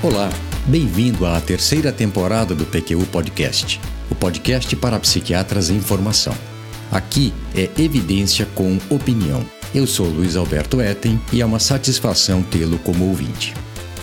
Olá, bem-vindo à terceira temporada do PQU Podcast, o podcast para psiquiatras em formação. Aqui é evidência com opinião. Eu sou Luiz Alberto Etten e é uma satisfação tê-lo como ouvinte.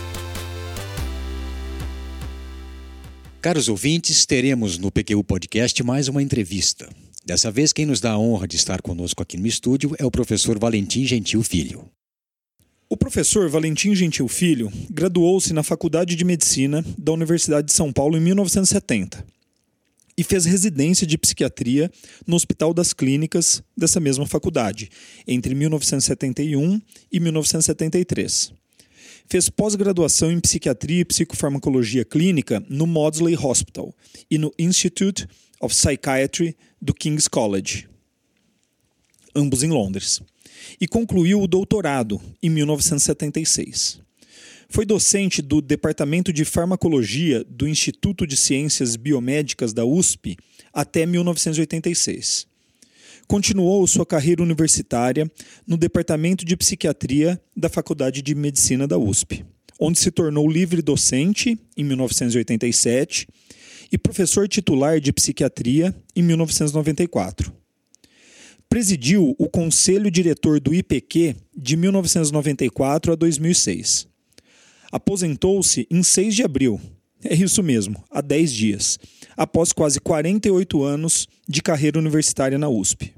Caros ouvintes, teremos no PQU Podcast mais uma entrevista. Dessa vez, quem nos dá a honra de estar conosco aqui no estúdio é o professor Valentim Gentil Filho. O professor Valentim Gentil Filho graduou-se na Faculdade de Medicina da Universidade de São Paulo em 1970 e fez residência de psiquiatria no Hospital das Clínicas dessa mesma faculdade, entre 1971 e 1973. Fez pós-graduação em psiquiatria e psicofarmacologia clínica no Maudsley Hospital e no Institute of Psychiatry do King's College, ambos em Londres, e concluiu o doutorado em 1976. Foi docente do Departamento de Farmacologia do Instituto de Ciências Biomédicas da USP até 1986. Continuou sua carreira universitária no Departamento de Psiquiatria da Faculdade de Medicina da USP, onde se tornou livre docente em 1987 e professor titular de psiquiatria em 1994. Presidiu o Conselho Diretor do IPQ de 1994 a 2006. Aposentou-se em 6 de abril, é isso mesmo, há 10 dias, após quase 48 anos de carreira universitária na USP.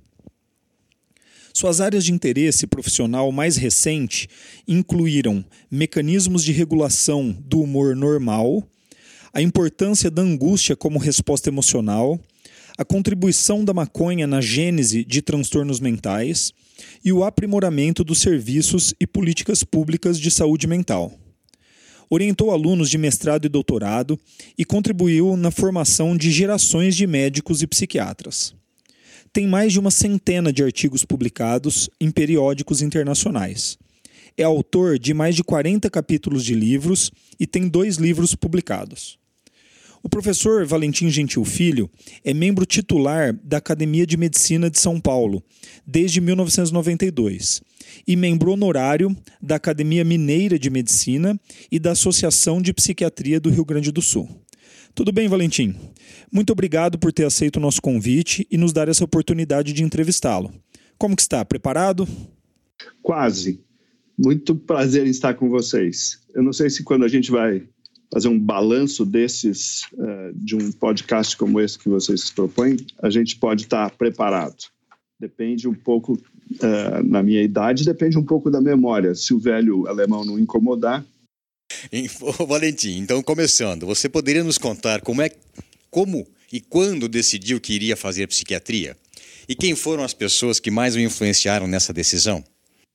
Suas áreas de interesse profissional mais recente incluíram mecanismos de regulação do humor normal, a importância da angústia como resposta emocional, a contribuição da maconha na gênese de transtornos mentais e o aprimoramento dos serviços e políticas públicas de saúde mental. Orientou alunos de mestrado e doutorado e contribuiu na formação de gerações de médicos e psiquiatras. Tem mais de uma centena de artigos publicados em periódicos internacionais. É autor de mais de 40 capítulos de livros e tem 2 livros publicados. O professor Valentim Gentil Filho é membro titular da Academia de Medicina de São Paulo desde 1992 e membro honorário da Academia Mineira de Medicina e da Associação de Psiquiatria do Rio Grande do Sul. Tudo bem, Valentim? Muito obrigado por ter aceito o nosso convite e nos dar essa oportunidade de entrevistá-lo. Como que está? Preparado? Quase. Muito prazer em estar com vocês. Eu não sei se quando a gente vai fazer um balanço desses, de um podcast como esse que vocês propõem, a gente pode estar preparado. Depende um pouco, na minha idade, depende um pouco da memória. Se o velho alemão não incomodar. Valentim, então começando, você poderia nos contar como e quando decidiu que iria fazer psiquiatria? E quem foram as pessoas que mais o influenciaram nessa decisão?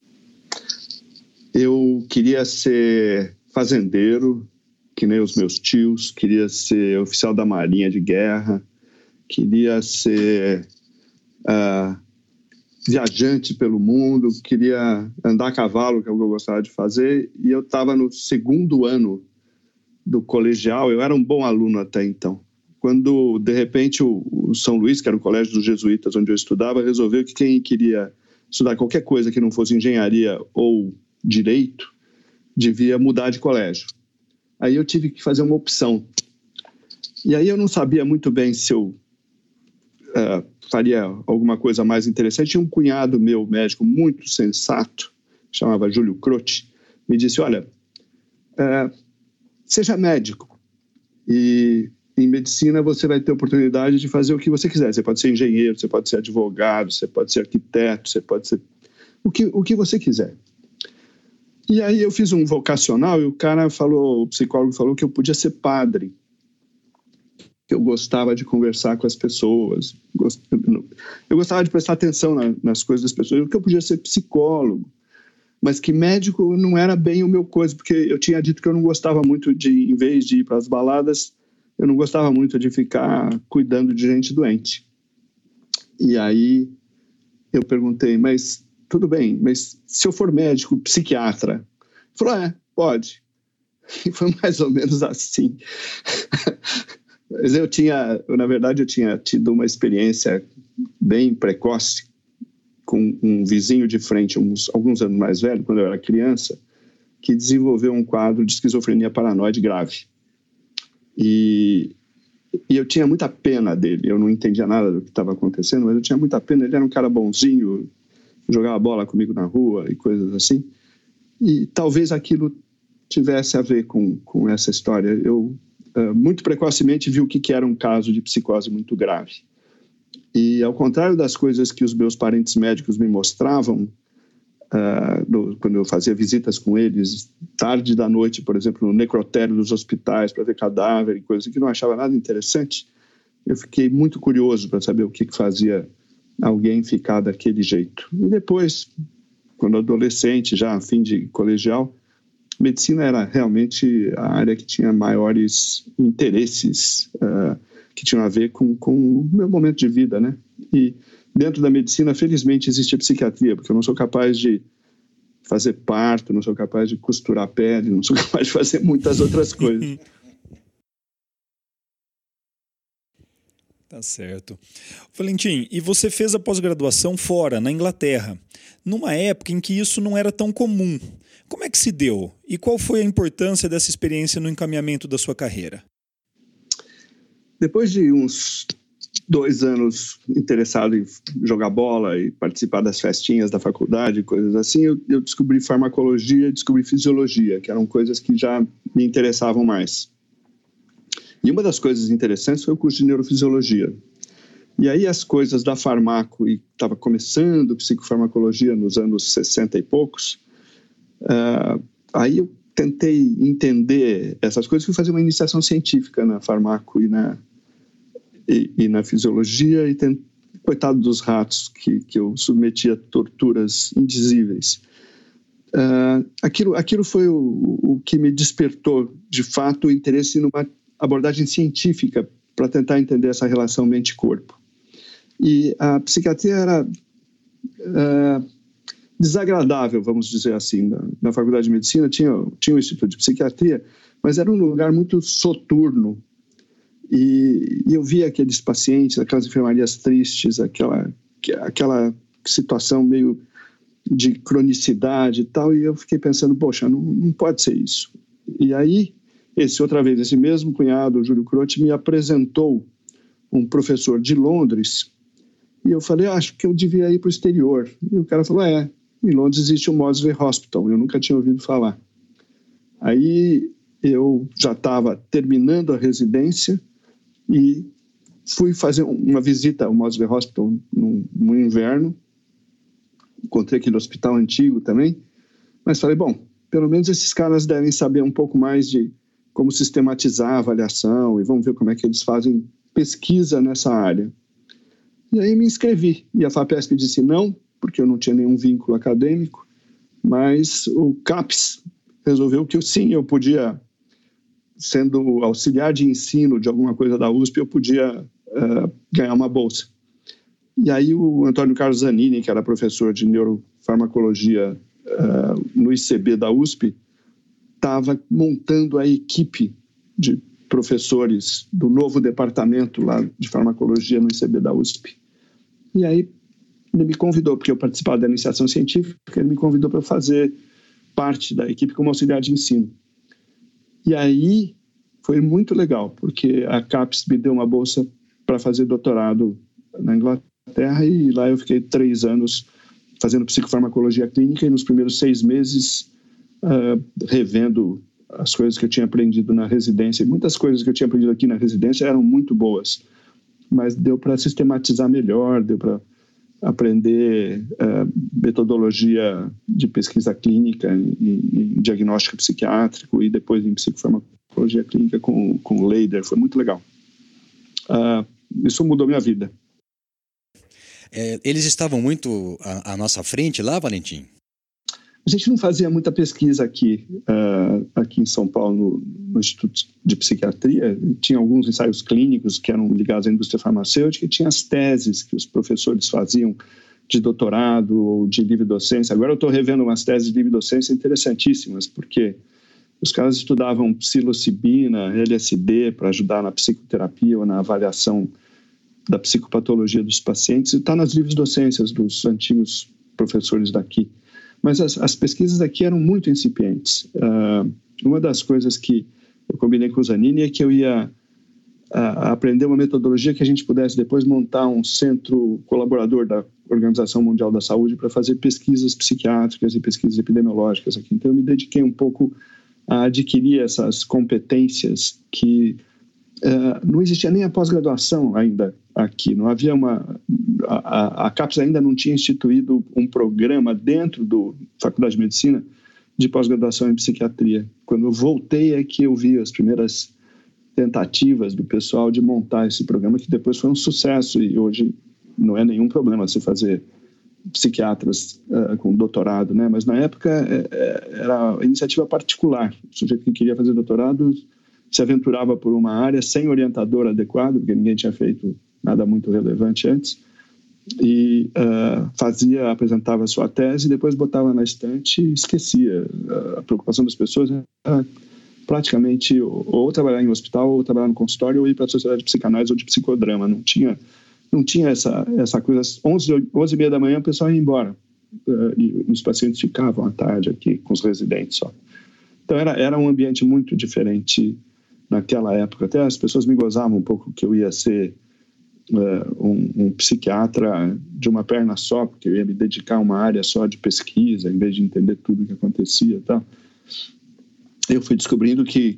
Eu queria ser fazendeiro, que nem os meus tios, queria ser oficial da Marinha de Guerra, queria ser viajante pelo mundo, queria andar a cavalo, que é o que eu gostava de fazer, e eu estava no 2º ano do colegial, eu era um bom aluno até então. Quando, de repente, o São Luís, que era o colégio dos jesuítas onde eu estudava, resolveu que quem queria estudar qualquer coisa que não fosse engenharia ou direito, devia mudar de colégio. Aí eu tive que fazer uma opção. E aí eu não sabia muito bem se eu faria alguma coisa mais interessante. Um cunhado meu, médico, muito sensato, chamava Júlio Croce, me disse, olha, seja médico. E em medicina você vai ter oportunidade de fazer o que você quiser. Você pode ser engenheiro, você pode ser advogado, você pode ser arquiteto, você pode ser o que você quiser. E aí eu fiz um vocacional e o psicólogo falou que eu podia ser padre, que eu gostava de conversar com as pessoas, eu gostava de prestar atenção nas coisas das pessoas, que eu podia ser psicólogo, mas que médico não era bem o meu coisa, porque eu tinha dito que eu não gostava muito em vez de ir para as baladas, eu não gostava muito de ficar cuidando de gente doente. E aí eu perguntei, mas tudo bem, mas se eu for médico, psiquiatra? Ele falou, pode. E foi mais ou menos assim. Mas na verdade, eu tinha tido uma experiência bem precoce com um vizinho de frente, alguns anos mais velho, quando eu era criança, que desenvolveu um quadro de esquizofrenia paranoide grave. E eu tinha muita pena dele. Eu não entendia nada do que estava acontecendo, mas eu tinha muita pena. Ele era um cara bonzinho, jogava bola comigo na rua e coisas assim. E talvez aquilo tivesse a ver com essa história. Eu, muito precocemente, vi o que era um caso de psicose muito grave. E, ao contrário das coisas que os meus parentes médicos me mostravam, quando eu fazia visitas com eles, tarde da noite, por exemplo, no necrotério dos hospitais, para ver cadáver e coisas que não achava nada interessante, eu fiquei muito curioso para saber o que fazia alguém ficar daquele jeito. E depois, quando adolescente, já a fim de colegial, medicina era realmente a área que tinha maiores interesses, que tinham a ver com o meu momento de vida, né? E dentro da medicina, felizmente, existe a psiquiatria, porque eu não sou capaz de fazer parto, não sou capaz de costurar a pele, não sou capaz de fazer muitas outras coisas. Tá certo. Valentim, e você fez a pós-graduação fora, na Inglaterra, numa época em que isso não era tão comum. Como é que se deu? E qual foi a importância dessa experiência no encaminhamento da sua carreira? Depois de uns 2 anos interessado em jogar bola e participar das festinhas da faculdade, coisas assim, eu descobri farmacologia, descobri fisiologia, que eram coisas que já me interessavam mais. E uma das coisas interessantes foi o curso de neurofisiologia. E aí as coisas da farmaco, e estava começando psicofarmacologia nos anos 60 e poucos, aí eu tentei entender essas coisas, fui fazer uma iniciação científica na farmaco e na fisiologia, e coitado dos ratos que eu submetia a torturas indizíveis. Aquilo foi o que me despertou, de fato, o interesse numa abordagem científica para tentar entender essa relação mente-corpo. E a psiquiatria era desagradável, vamos dizer assim. Na Faculdade de Medicina tinha um Instituto de Psiquiatria, mas era um lugar muito soturno. E eu via aqueles pacientes, aquelas enfermarias tristes, aquela situação meio de cronicidade e tal, e eu fiquei pensando, poxa, não pode ser isso. E aí, esse mesmo cunhado, o Júlio Croce, me apresentou um professor de Londres, e eu falei, acho que eu devia ir para o exterior. E o cara falou, em Londres existe o Moseley Hospital, eu nunca tinha ouvido falar. Aí eu já estava terminando a residência, e fui fazer uma visita ao Moseley Hospital no inverno. Encontrei aquele hospital antigo também. Mas falei, bom, pelo menos esses caras devem saber um pouco mais de como sistematizar a avaliação e vamos ver como é que eles fazem pesquisa nessa área. E aí me inscrevi. E a FAPESP disse não, porque eu não tinha nenhum vínculo acadêmico, mas o CAPES resolveu que eu podia, sendo auxiliar de ensino de alguma coisa da USP, eu podia ganhar uma bolsa. E aí o Antônio Carlos Zanini, que era professor de neurofarmacologia no ICB da USP, estava montando a equipe de professores do novo departamento lá de farmacologia no ICB da USP. E aí ele me convidou, porque eu participava da iniciação científica, ele me convidou para fazer parte da equipe como auxiliar de ensino. E aí foi muito legal, porque a CAPES me deu uma bolsa para fazer doutorado na Inglaterra, e lá eu fiquei 3 anos fazendo psicofarmacologia clínica, e nos primeiros 6 meses revendo as coisas que eu tinha aprendido na residência. E muitas coisas que eu tinha aprendido aqui na residência eram muito boas, mas deu para sistematizar melhor, deu para aprender metodologia de pesquisa clínica em diagnóstico psiquiátrico e depois em psicofarmacologia clínica com o Leider. Foi muito legal. Isso mudou minha vida. Eles estavam muito à nossa frente lá, Valentim? A gente não fazia muita pesquisa aqui em São Paulo, no Instituto de Psiquiatria. Tinha alguns ensaios clínicos que eram ligados à indústria farmacêutica, e tinha as teses que os professores faziam de doutorado ou de livre docência. Agora eu estou revendo umas teses de livre docência interessantíssimas, porque os caras estudavam psilocibina, LSD para ajudar na psicoterapia ou na avaliação da psicopatologia dos pacientes, e está nas livres docências dos antigos professores daqui. Mas as pesquisas aqui eram muito incipientes. Uma das coisas que eu combinei com o Zanini é que eu ia aprender uma metodologia que a gente pudesse depois montar um centro colaborador da Organização Mundial da Saúde para fazer pesquisas psiquiátricas e pesquisas epidemiológicas aqui. Então, eu me dediquei um pouco a adquirir essas competências que não existia nem a pós-graduação ainda aqui. Não havia a CAPES ainda não tinha instituído um programa dentro da Faculdade de Medicina de pós-graduação em psiquiatria. Quando eu voltei é que eu vi as primeiras tentativas do pessoal de montar esse programa, que depois foi um sucesso e hoje não é nenhum problema se fazer psiquiatras com doutorado, né? Mas na época era iniciativa particular. O sujeito que queria fazer doutorado se aventurava por uma área sem orientador adequado, porque ninguém tinha feito nada muito relevante antes, e apresentava a sua tese e depois botava na estante e esquecia. A preocupação das pessoas era praticamente ou trabalhar em hospital, ou trabalhar no consultório, ou ir para a sociedade de psicanálise ou de psicodrama. Não tinha essa coisa. 11h30 da manhã o pessoal ia embora e os pacientes ficavam à tarde aqui com os residentes só. Então era um ambiente muito diferente naquela época. Até as pessoas me gozavam um pouco que eu ia ser um psiquiatra de uma perna só, porque eu ia me dedicar a uma área só de pesquisa em vez de entender tudo o que acontecia e tal. Eu fui descobrindo que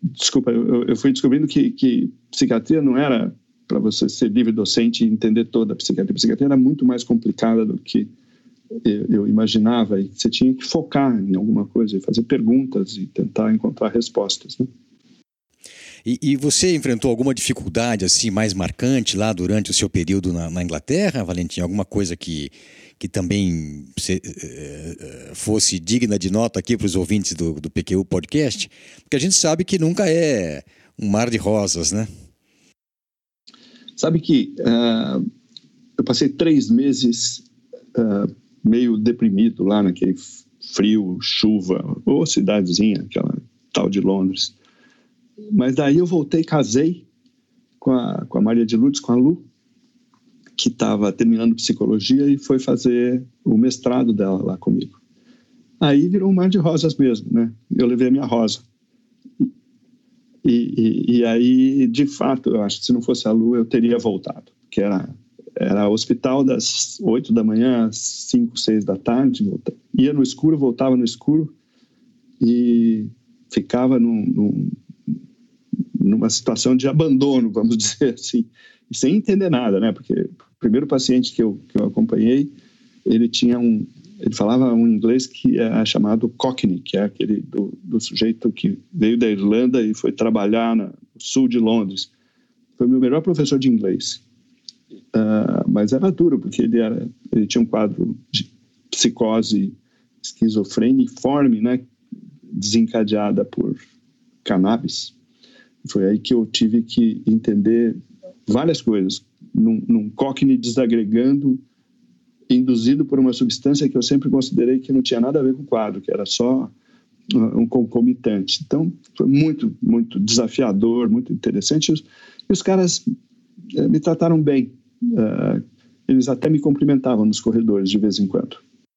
psiquiatria não era para você ser livre docente e entender toda a psiquiatria. A psiquiatria era muito mais complicada do que eu imaginava, e você tinha que focar em alguma coisa e fazer perguntas e tentar encontrar respostas, né? E você enfrentou alguma dificuldade assim mais marcante lá durante o seu período na Inglaterra, Valentim? Alguma coisa que também fosse digna de nota aqui para os ouvintes do PQU Podcast? Porque a gente sabe que nunca é um mar de rosas, né? Sabe que eu passei 3 meses meio deprimido lá naquele frio, chuva, ou cidadezinha, aquela tal de Londres. Mas daí eu voltei, casei com a Maria de Lourdes, com a Lu, que estava terminando psicologia e foi fazer o mestrado dela lá comigo. Aí virou um mar de rosas mesmo, né? Eu levei a minha rosa. E aí, de fato, eu acho que se não fosse a Lu, eu teria voltado. Que era hospital das 8 da manhã às 5, 6 da tarde. Ia no escuro, voltava no escuro e ficava numa situação de abandono, vamos dizer assim, e sem entender nada, né? Porque o primeiro paciente que eu acompanhei, ele falava um inglês que é chamado Cockney, que é aquele do sujeito que veio da Irlanda e foi trabalhar no sul de Londres. Foi o meu melhor professor de inglês. Mas era duro, porque ele tinha um quadro de psicose esquizofreniforme, né? Desencadeada por cannabis. Foi aí que eu tive que entender várias coisas. Num Cockney desagregando, induzido por uma substância que eu sempre considerei que não tinha nada a ver com o quadro, que era só um concomitante. Então, foi muito, muito desafiador, muito interessante. E os caras me trataram bem. Eles até me cumprimentavam nos corredores de vez em quando.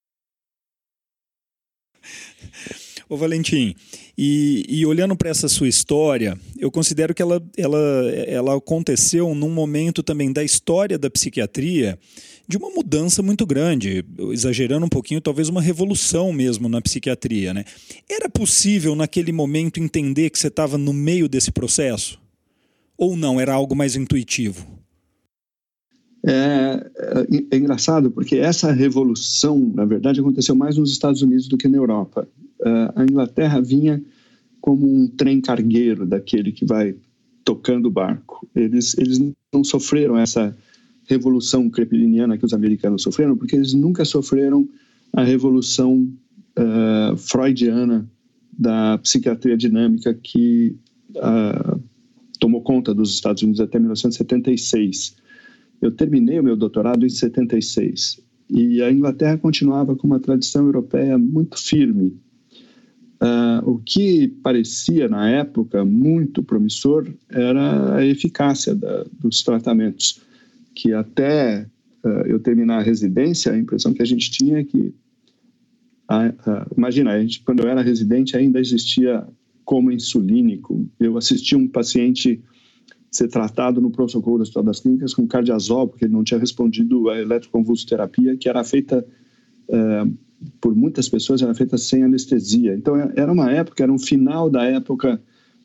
Ô Valentim, e olhando para essa sua história, eu considero que ela aconteceu num momento também da história da psiquiatria de uma mudança muito grande, exagerando um pouquinho, talvez uma revolução mesmo na psiquiatria, né? Era possível naquele momento entender que você estava no meio desse processo? Ou não, era algo mais intuitivo? É engraçado, porque essa revolução, na verdade, aconteceu mais nos Estados Unidos do que na Europa. A Inglaterra vinha como um trem cargueiro daquele que vai tocando o barco. Eles não sofreram essa revolução crepeliniana que os americanos sofreram, porque eles nunca sofreram a revolução freudiana da psiquiatria dinâmica que tomou conta dos Estados Unidos até 1976. Eu terminei o meu doutorado em 76 e a Inglaterra continuava com uma tradição europeia muito firme. O que parecia, na época, muito promissor era a eficácia dos tratamentos, que até eu terminar a residência, a impressão que a gente tinha é que Imagina, quando eu era residente ainda existia coma insulínico. Eu assisti um paciente ser tratado no pronto-socorro do Hospital das Clínicas com cardiazol, porque ele não tinha respondido à eletroconvulsoterapia, que era feita por muitas pessoas, era feita sem anestesia. Então, era uma época, era um final da época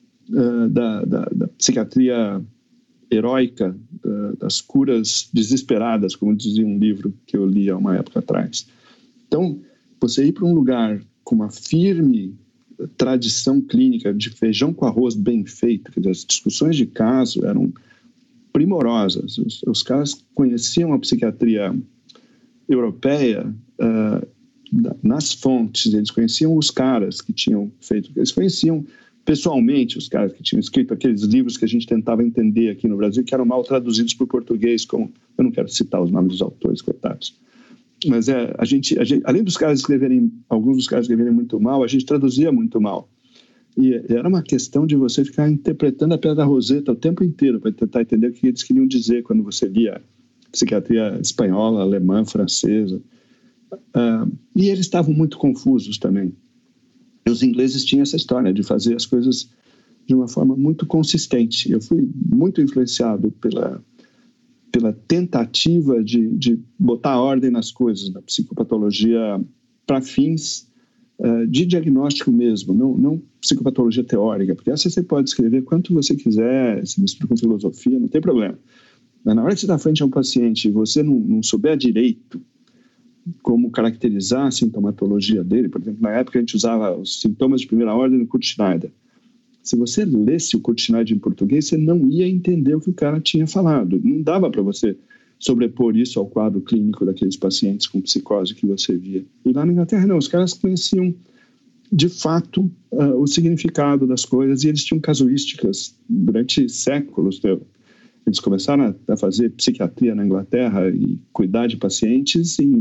da psiquiatria heróica, das curas desesperadas, como dizia um livro que eu li há uma época atrás. Então, você ir para um lugar com uma firme tradição clínica de feijão com arroz bem feito, quer dizer, as discussões de caso eram primorosas. Os caras conheciam a psiquiatria europeia nas fontes, eles conheciam os caras que tinham feito, eles conheciam pessoalmente os caras que tinham escrito aqueles livros que a gente tentava entender aqui no Brasil, que eram mal traduzidos para o português, como, eu não quero citar os nomes dos autores, coitados. Mas a gente, além dos caras escreverem, alguns dos caras escreverem muito mal, a gente traduzia muito mal. E era uma questão de você ficar interpretando a Pedra Roseta o tempo inteiro para tentar entender o que eles queriam dizer quando você lia psiquiatria espanhola, alemã, francesa. E eles estavam muito confusos também. E os ingleses tinham essa história de fazer as coisas de uma forma muito consistente. Eu fui muito influenciado pela tentativa de botar ordem nas coisas, na psicopatologia para fins de diagnóstico mesmo, não psicopatologia teórica, porque essa você pode escrever quanto você quiser, se mistura com filosofia, não tem problema. Mas na hora que você está frente a um paciente e você não souber direito como caracterizar a sintomatologia dele, por exemplo, na época a gente usava os sintomas de primeira ordem no Kurt Schneider. Se você lesse o Kurt Schneider em português, você não ia entender o que o cara tinha falado. Não dava para você sobrepor isso ao quadro clínico daqueles pacientes com psicose que você via. E lá na Inglaterra, não. Os caras conheciam, de fato, o significado das coisas e eles tinham casuísticas durante séculos. Eles começaram a fazer psiquiatria na Inglaterra e cuidar de pacientes em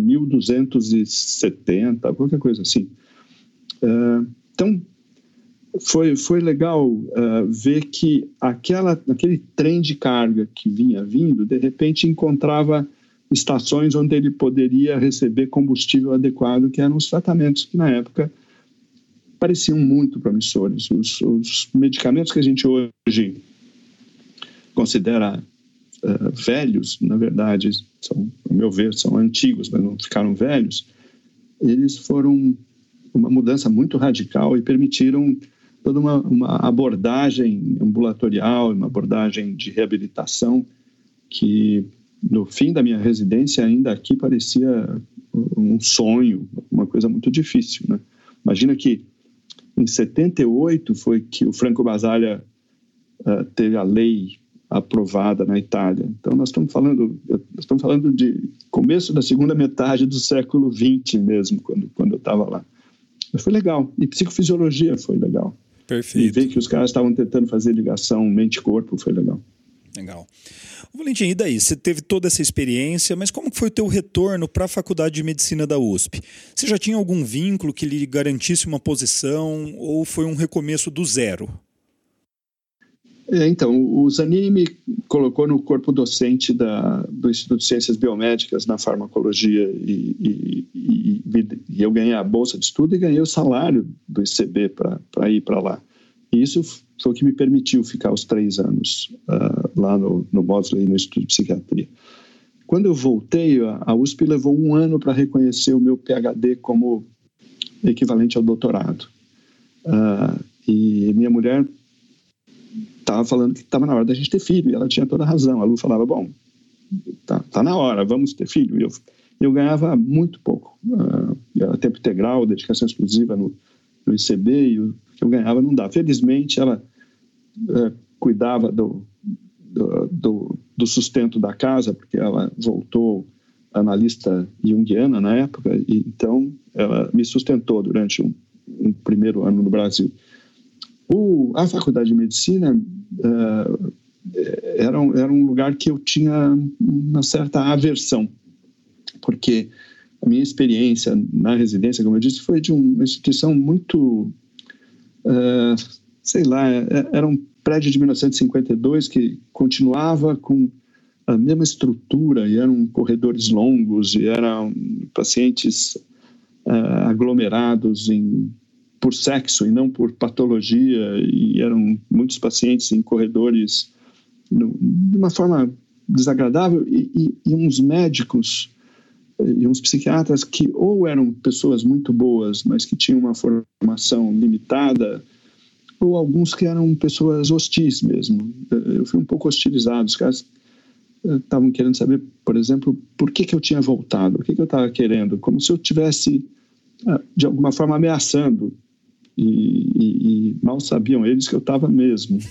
1270, qualquer coisa assim. Então, foi legal ver que aquele trem de carga que vinha vindo, de repente encontrava estações onde ele poderia receber combustível adequado, que eram os tratamentos que na época pareciam muito promissores. Os medicamentos que a gente hoje considera velhos, na verdade, ao meu ver, são antigos, mas não ficaram velhos. Eles foram uma mudança muito radical e permitiram toda uma abordagem ambulatorial, uma abordagem de reabilitação que, no fim da minha residência, ainda aqui parecia um sonho, uma coisa muito difícil, né? Imagina que em 78 foi que o Franco Basaglia teve a lei aprovada na Itália. Então, nós estamos falando de começo da segunda metade do século XX mesmo, quando eu estava lá. Mas foi legal. E psicofisiologia foi legal. Perfeito. E ver que os caras estavam tentando fazer ligação mente-corpo foi legal. Legal. Valentim, e daí? Você teve toda essa experiência, mas como foi o teu retorno para a Faculdade de Medicina da USP? Você já tinha algum vínculo que lhe garantisse uma posição ou foi um recomeço do zero? Então, o Zanini me colocou no corpo docente do Instituto de Ciências Biomédicas na farmacologia e eu ganhei a bolsa de estudo e ganhei o salário do ICB para ir para lá. E isso foi o que me permitiu ficar os 3 anos lá no Moseley, no Instituto de Psiquiatria. Quando eu voltei, a USP levou 1 ano para reconhecer o meu PhD como equivalente ao doutorado. E minha mulher estava falando que estava na hora da gente ter filho, e ela tinha toda a razão. A Lu falava, bom, tá na hora, vamos ter filho. E eu ganhava muito pouco. Era tempo integral, dedicação exclusiva no ICB, e o que eu ganhava não dava. Felizmente, ela cuidava do sustento da casa, porque ela voltou analista junguiana na época, e então ela me sustentou durante um primeiro ano no Brasil. A Faculdade de Medicina era um lugar que eu tinha uma certa aversão, porque a minha experiência na residência, como eu disse, foi de uma instituição muito, era um prédio de 1952 que continuava com a mesma estrutura, e eram corredores longos, e eram pacientes aglomerados por sexo e não por patologia, e eram muitos pacientes em corredores de uma forma desagradável, e uns médicos e uns psiquiatras que ou eram pessoas muito boas, mas que tinham uma formação limitada, ou alguns que eram pessoas hostis mesmo. Eu fui um pouco hostilizado. Os caras estavam querendo saber, por exemplo, por que eu tinha voltado, o que eu estava querendo, como se eu tivesse, de alguma forma, ameaçando. E mal sabiam eles que eu estava mesmo.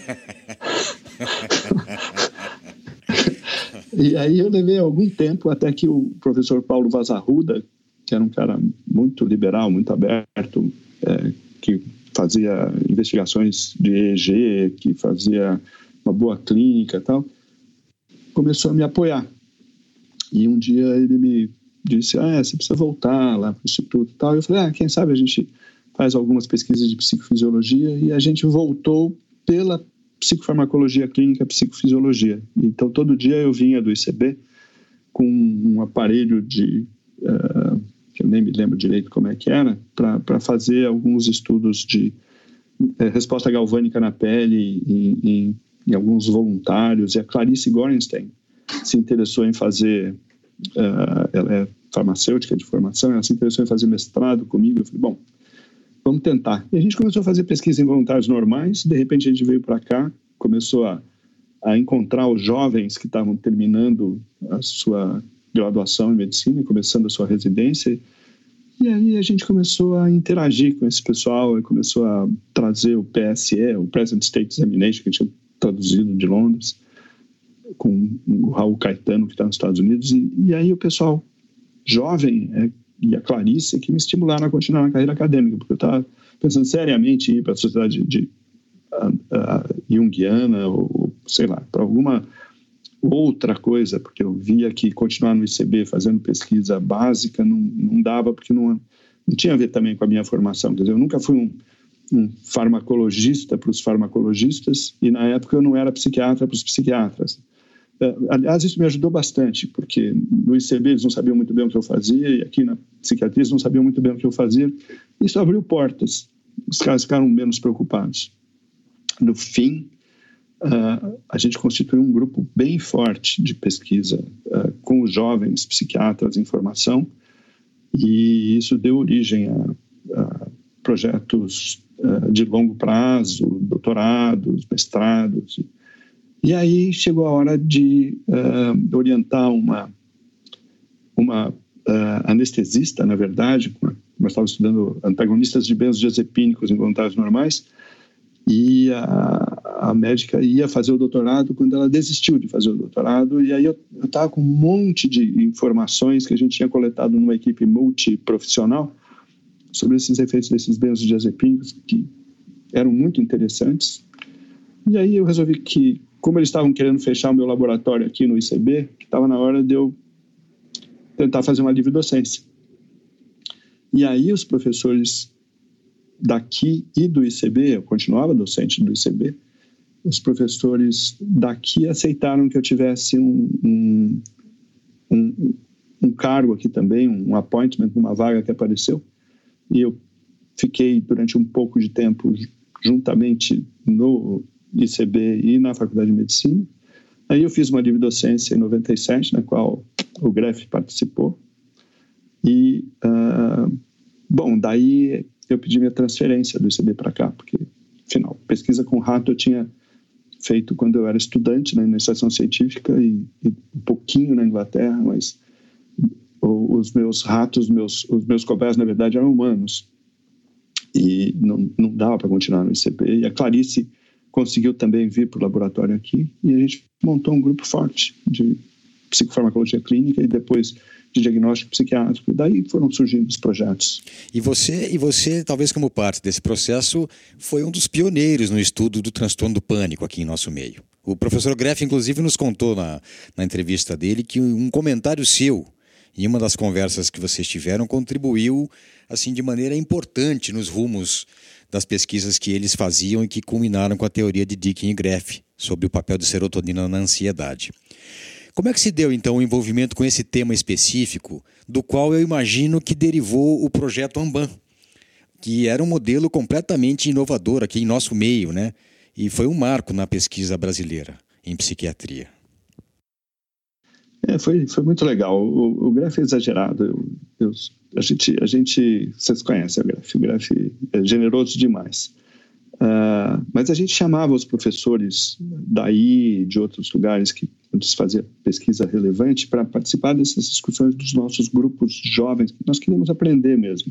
E aí eu levei algum tempo até que o professor Paulo Vaz Arruda, que era um cara muito liberal, muito aberto, que fazia investigações de EEG, que fazia uma boa clínica e tal, começou a me apoiar. E um dia ele me disse, você precisa voltar lá para o Instituto e tal. Eu falei, quem sabe a gente faz algumas pesquisas de psicofisiologia, e a gente voltou pela psicofarmacologia clínica, psicofisiologia. Então, todo dia eu vinha do ICB com um aparelho que eu nem me lembro direito como é que era, para fazer alguns estudos de resposta galvânica na pele em alguns voluntários. E a Clarice Gorenstein se interessou em fazer, ela é farmacêutica de formação, ela se interessou em fazer mestrado comigo. Eu falei, bom, vamos tentar. E a gente começou a fazer pesquisa em voluntários normais, de repente a gente veio para cá, começou a encontrar os jovens que estavam terminando a sua graduação em medicina, começando a sua residência, e aí a gente começou a interagir com esse pessoal, e começou a trazer o PSE, o Present State Examination, que a gente tinha traduzido de Londres, com o Raul Caetano, que está nos Estados Unidos, e aí o pessoal jovem e a Clarice que me estimularam a continuar na carreira acadêmica, porque eu estava pensando seriamente em ir para a sociedade de junguiana, ou sei lá, para alguma outra coisa, porque eu via que continuar no ICB fazendo pesquisa básica não dava, porque não tinha a ver também com a minha formação. Quer dizer, eu nunca fui um farmacologista para os farmacologistas, e na época eu não era psiquiatra para os psiquiatras. Aliás, isso me ajudou bastante, porque no ICB eles não sabiam muito bem o que eu fazia, e aqui na psiquiatria eles não sabiam muito bem o que eu fazia. Isso abriu portas, os caras ficaram menos preocupados. No fim, a gente constituiu um grupo bem forte de pesquisa com os jovens psiquiatras em formação, e isso deu origem a projetos de longo prazo, doutorados, mestrados. E aí chegou a hora de orientar uma anestesista, na verdade. Nós estávamos estudando antagonistas de benzodiazepínicos em voluntários normais, e a médica ia fazer o doutorado quando ela desistiu de fazer o doutorado. E aí eu estava com um monte de informações que a gente tinha coletado numa equipe multiprofissional sobre esses efeitos desses benzodiazepínicos, que eram muito interessantes. E aí eu resolvi que, como eles estavam querendo fechar o meu laboratório aqui no ICB, que estava na hora de eu tentar fazer uma livre docência. E aí os professores daqui e do ICB, eu continuava docente do ICB, os professores daqui aceitaram que eu tivesse um cargo aqui também, um appointment, uma vaga que apareceu, e eu fiquei durante um pouco de tempo juntamente no ICB e na Faculdade de Medicina. Aí eu fiz uma livre docência em 97, na qual o Greff participou. E, daí eu pedi minha transferência do ICB para cá, porque, afinal, pesquisa com rato eu tinha feito quando eu era estudante na iniciação científica e um pouquinho na Inglaterra, mas os meus ratos, os meus cobayas, na verdade, eram humanos. E não dava para continuar no ICB. E a Clarice conseguiu também vir para o laboratório aqui, e a gente montou um grupo forte de psicofarmacologia clínica e depois de diagnóstico psiquiátrico. E daí foram surgindo os projetos. E você, talvez como parte desse processo, foi um dos pioneiros no estudo do transtorno do pânico aqui em nosso meio. O professor Greff, inclusive, nos contou na entrevista dele que um comentário seu, em uma das conversas que vocês tiveram, contribuiu assim, de maneira importante nos rumos das pesquisas que eles faziam e que culminaram com a teoria de Deakin e Greff sobre o papel de serotonina na ansiedade. Como é que se deu, então, o envolvimento com esse tema específico, do qual eu imagino que derivou o projeto Amban, que era um modelo completamente inovador aqui em nosso meio, né? E foi um marco na pesquisa brasileira em psiquiatria. Foi muito legal. O Greff é exagerado. A gente, vocês conhecem o Greff. O Greff é generoso demais. Mas a gente chamava os professores daí, de outros lugares onde se fazia pesquisa relevante, para participar dessas discussões dos nossos grupos jovens, que nós queríamos aprender mesmo.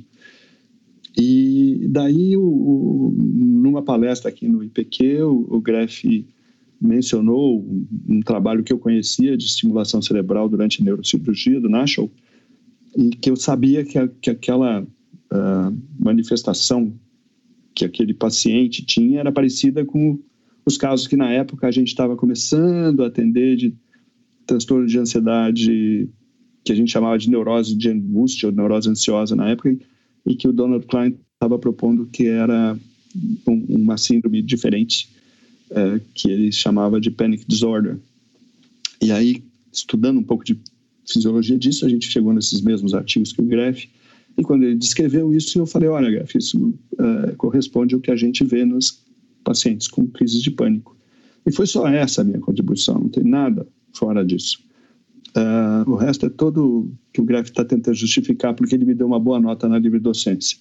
E daí, numa palestra aqui no IPQ, o Greff mencionou um trabalho que eu conhecia de estimulação cerebral durante a neurocirurgia do Nashel, e que eu sabia que aquela manifestação que aquele paciente tinha era parecida com os casos que na época a gente estava começando a atender de transtorno de ansiedade, que a gente chamava de neurose de angústia ou neurose ansiosa na época, e que o Donald Klein estava propondo que era uma síndrome diferente, que ele chamava de panic disorder. E aí, estudando um pouco de fisiologia disso, a gente chegou nesses mesmos artigos que o Greff, e quando ele descreveu isso, eu falei, olha, Greff, isso corresponde ao que a gente vê nos pacientes com crises de pânico. E foi só essa a minha contribuição, não tem nada fora disso. O resto é todo que o Greff está tentando justificar porque ele me deu uma boa nota na livre docência.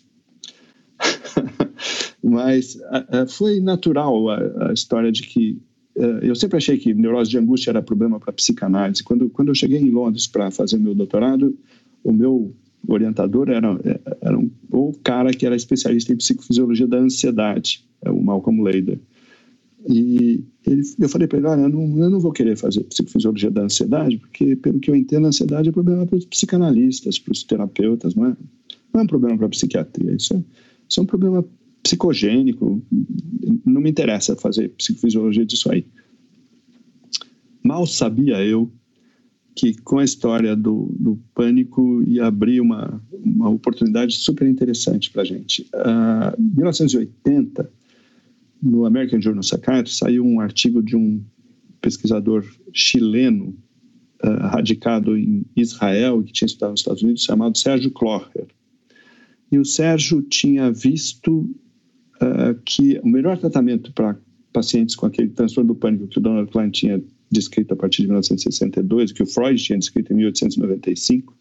Mas foi natural a história de que eu sempre achei que neurose de angústia era problema para psicanálise. Quando eu cheguei em Londres para fazer meu doutorado, o meu orientador era o cara que era especialista em psicofisiologia da ansiedade, o Malcolm Leder. E eu falei para ele, olha, eu não vou querer fazer psicofisiologia da ansiedade, porque, pelo que eu entendo, a ansiedade é problema para os psicanalistas, para os terapeutas, não é um problema para a psiquiatria, isso é um problema psicogênico, não me interessa fazer psicofisiologia disso aí. Mal sabia eu que com a história do pânico ia abrir uma oportunidade super interessante para a gente. Em 1980, no American Journal of Psychiatry, saiu um artigo de um pesquisador chileno radicado em Israel e que tinha estudado nos Estados Unidos, chamado Sérgio Klocher. E o Sérgio tinha visto que o melhor tratamento para pacientes com aquele transtorno do pânico que o Donald Klein tinha descrito a partir de 1962, que o Freud tinha descrito em 1895,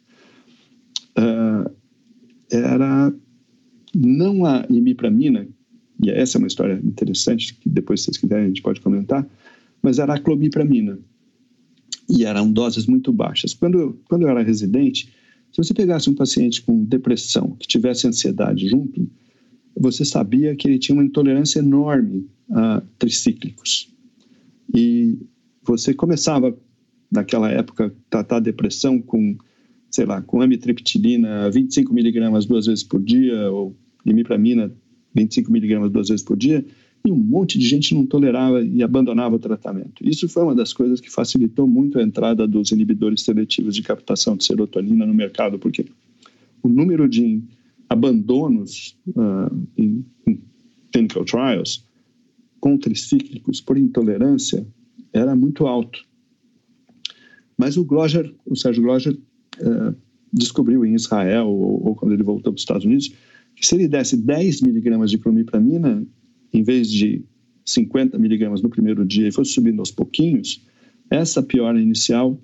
era não a imipramina, e essa é uma história interessante, que depois, se vocês quiserem, a gente pode comentar, mas era a clomipramina. E eram doses muito baixas. Quando eu era residente, se você pegasse um paciente com depressão, que tivesse ansiedade junto, você sabia que ele tinha uma intolerância enorme a tricíclicos. E você começava, naquela época, tratar a depressão com, sei lá, com amitriptilina 25 miligramas 2 vezes por dia, ou imipramina 25 miligramas 2 vezes por dia, e um monte de gente não tolerava e abandonava o tratamento. Isso foi uma das coisas que facilitou muito a entrada dos inibidores seletivos de captação de serotonina no mercado, porque o número de abandonos em clinical trials com tricíclicos por intolerância era muito alto. Mas o Sérgio Gloger descobriu em Israel, ou quando ele voltou para os Estados Unidos, que se ele desse 10 miligramas de clomipramina, em vez de 50 miligramas no primeiro dia, e fosse subindo aos pouquinhos, essa piora inicial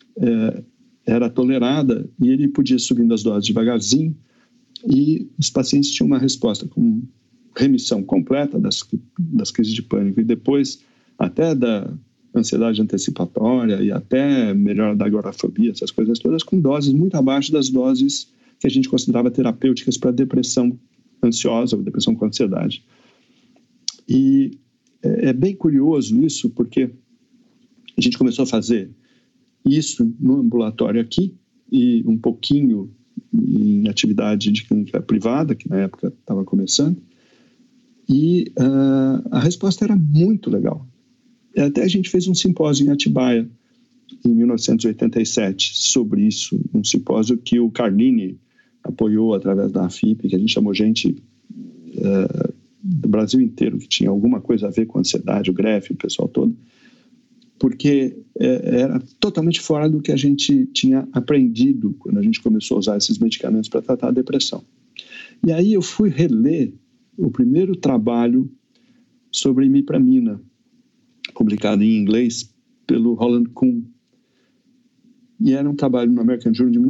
era tolerada e ele podia subindo as doses devagarzinho, e os pacientes tinham uma resposta com remissão completa das crises de pânico, e depois até da ansiedade antecipatória e até melhora da agorafobia, essas coisas todas, com doses muito abaixo das doses que a gente considerava terapêuticas para depressão ansiosa ou depressão com ansiedade. E é bem curioso isso, porque a gente começou a fazer isso no ambulatório aqui e um pouquinho em atividade de clínica privada, que na época estava começando, e a resposta era muito legal. Até a gente fez um simpósio em Atibaia, em 1987, sobre isso, um simpósio que o Carlini apoiou através da AFIP, que a gente chamou gente do Brasil inteiro que tinha alguma coisa a ver com ansiedade, o Greff, o pessoal todo, porque era totalmente fora do que a gente tinha aprendido quando a gente começou a usar esses medicamentos para tratar a depressão. E aí eu fui reler o primeiro trabalho sobre imipramina, publicado em inglês pelo Roland Kuhn. E era um trabalho no American Journal de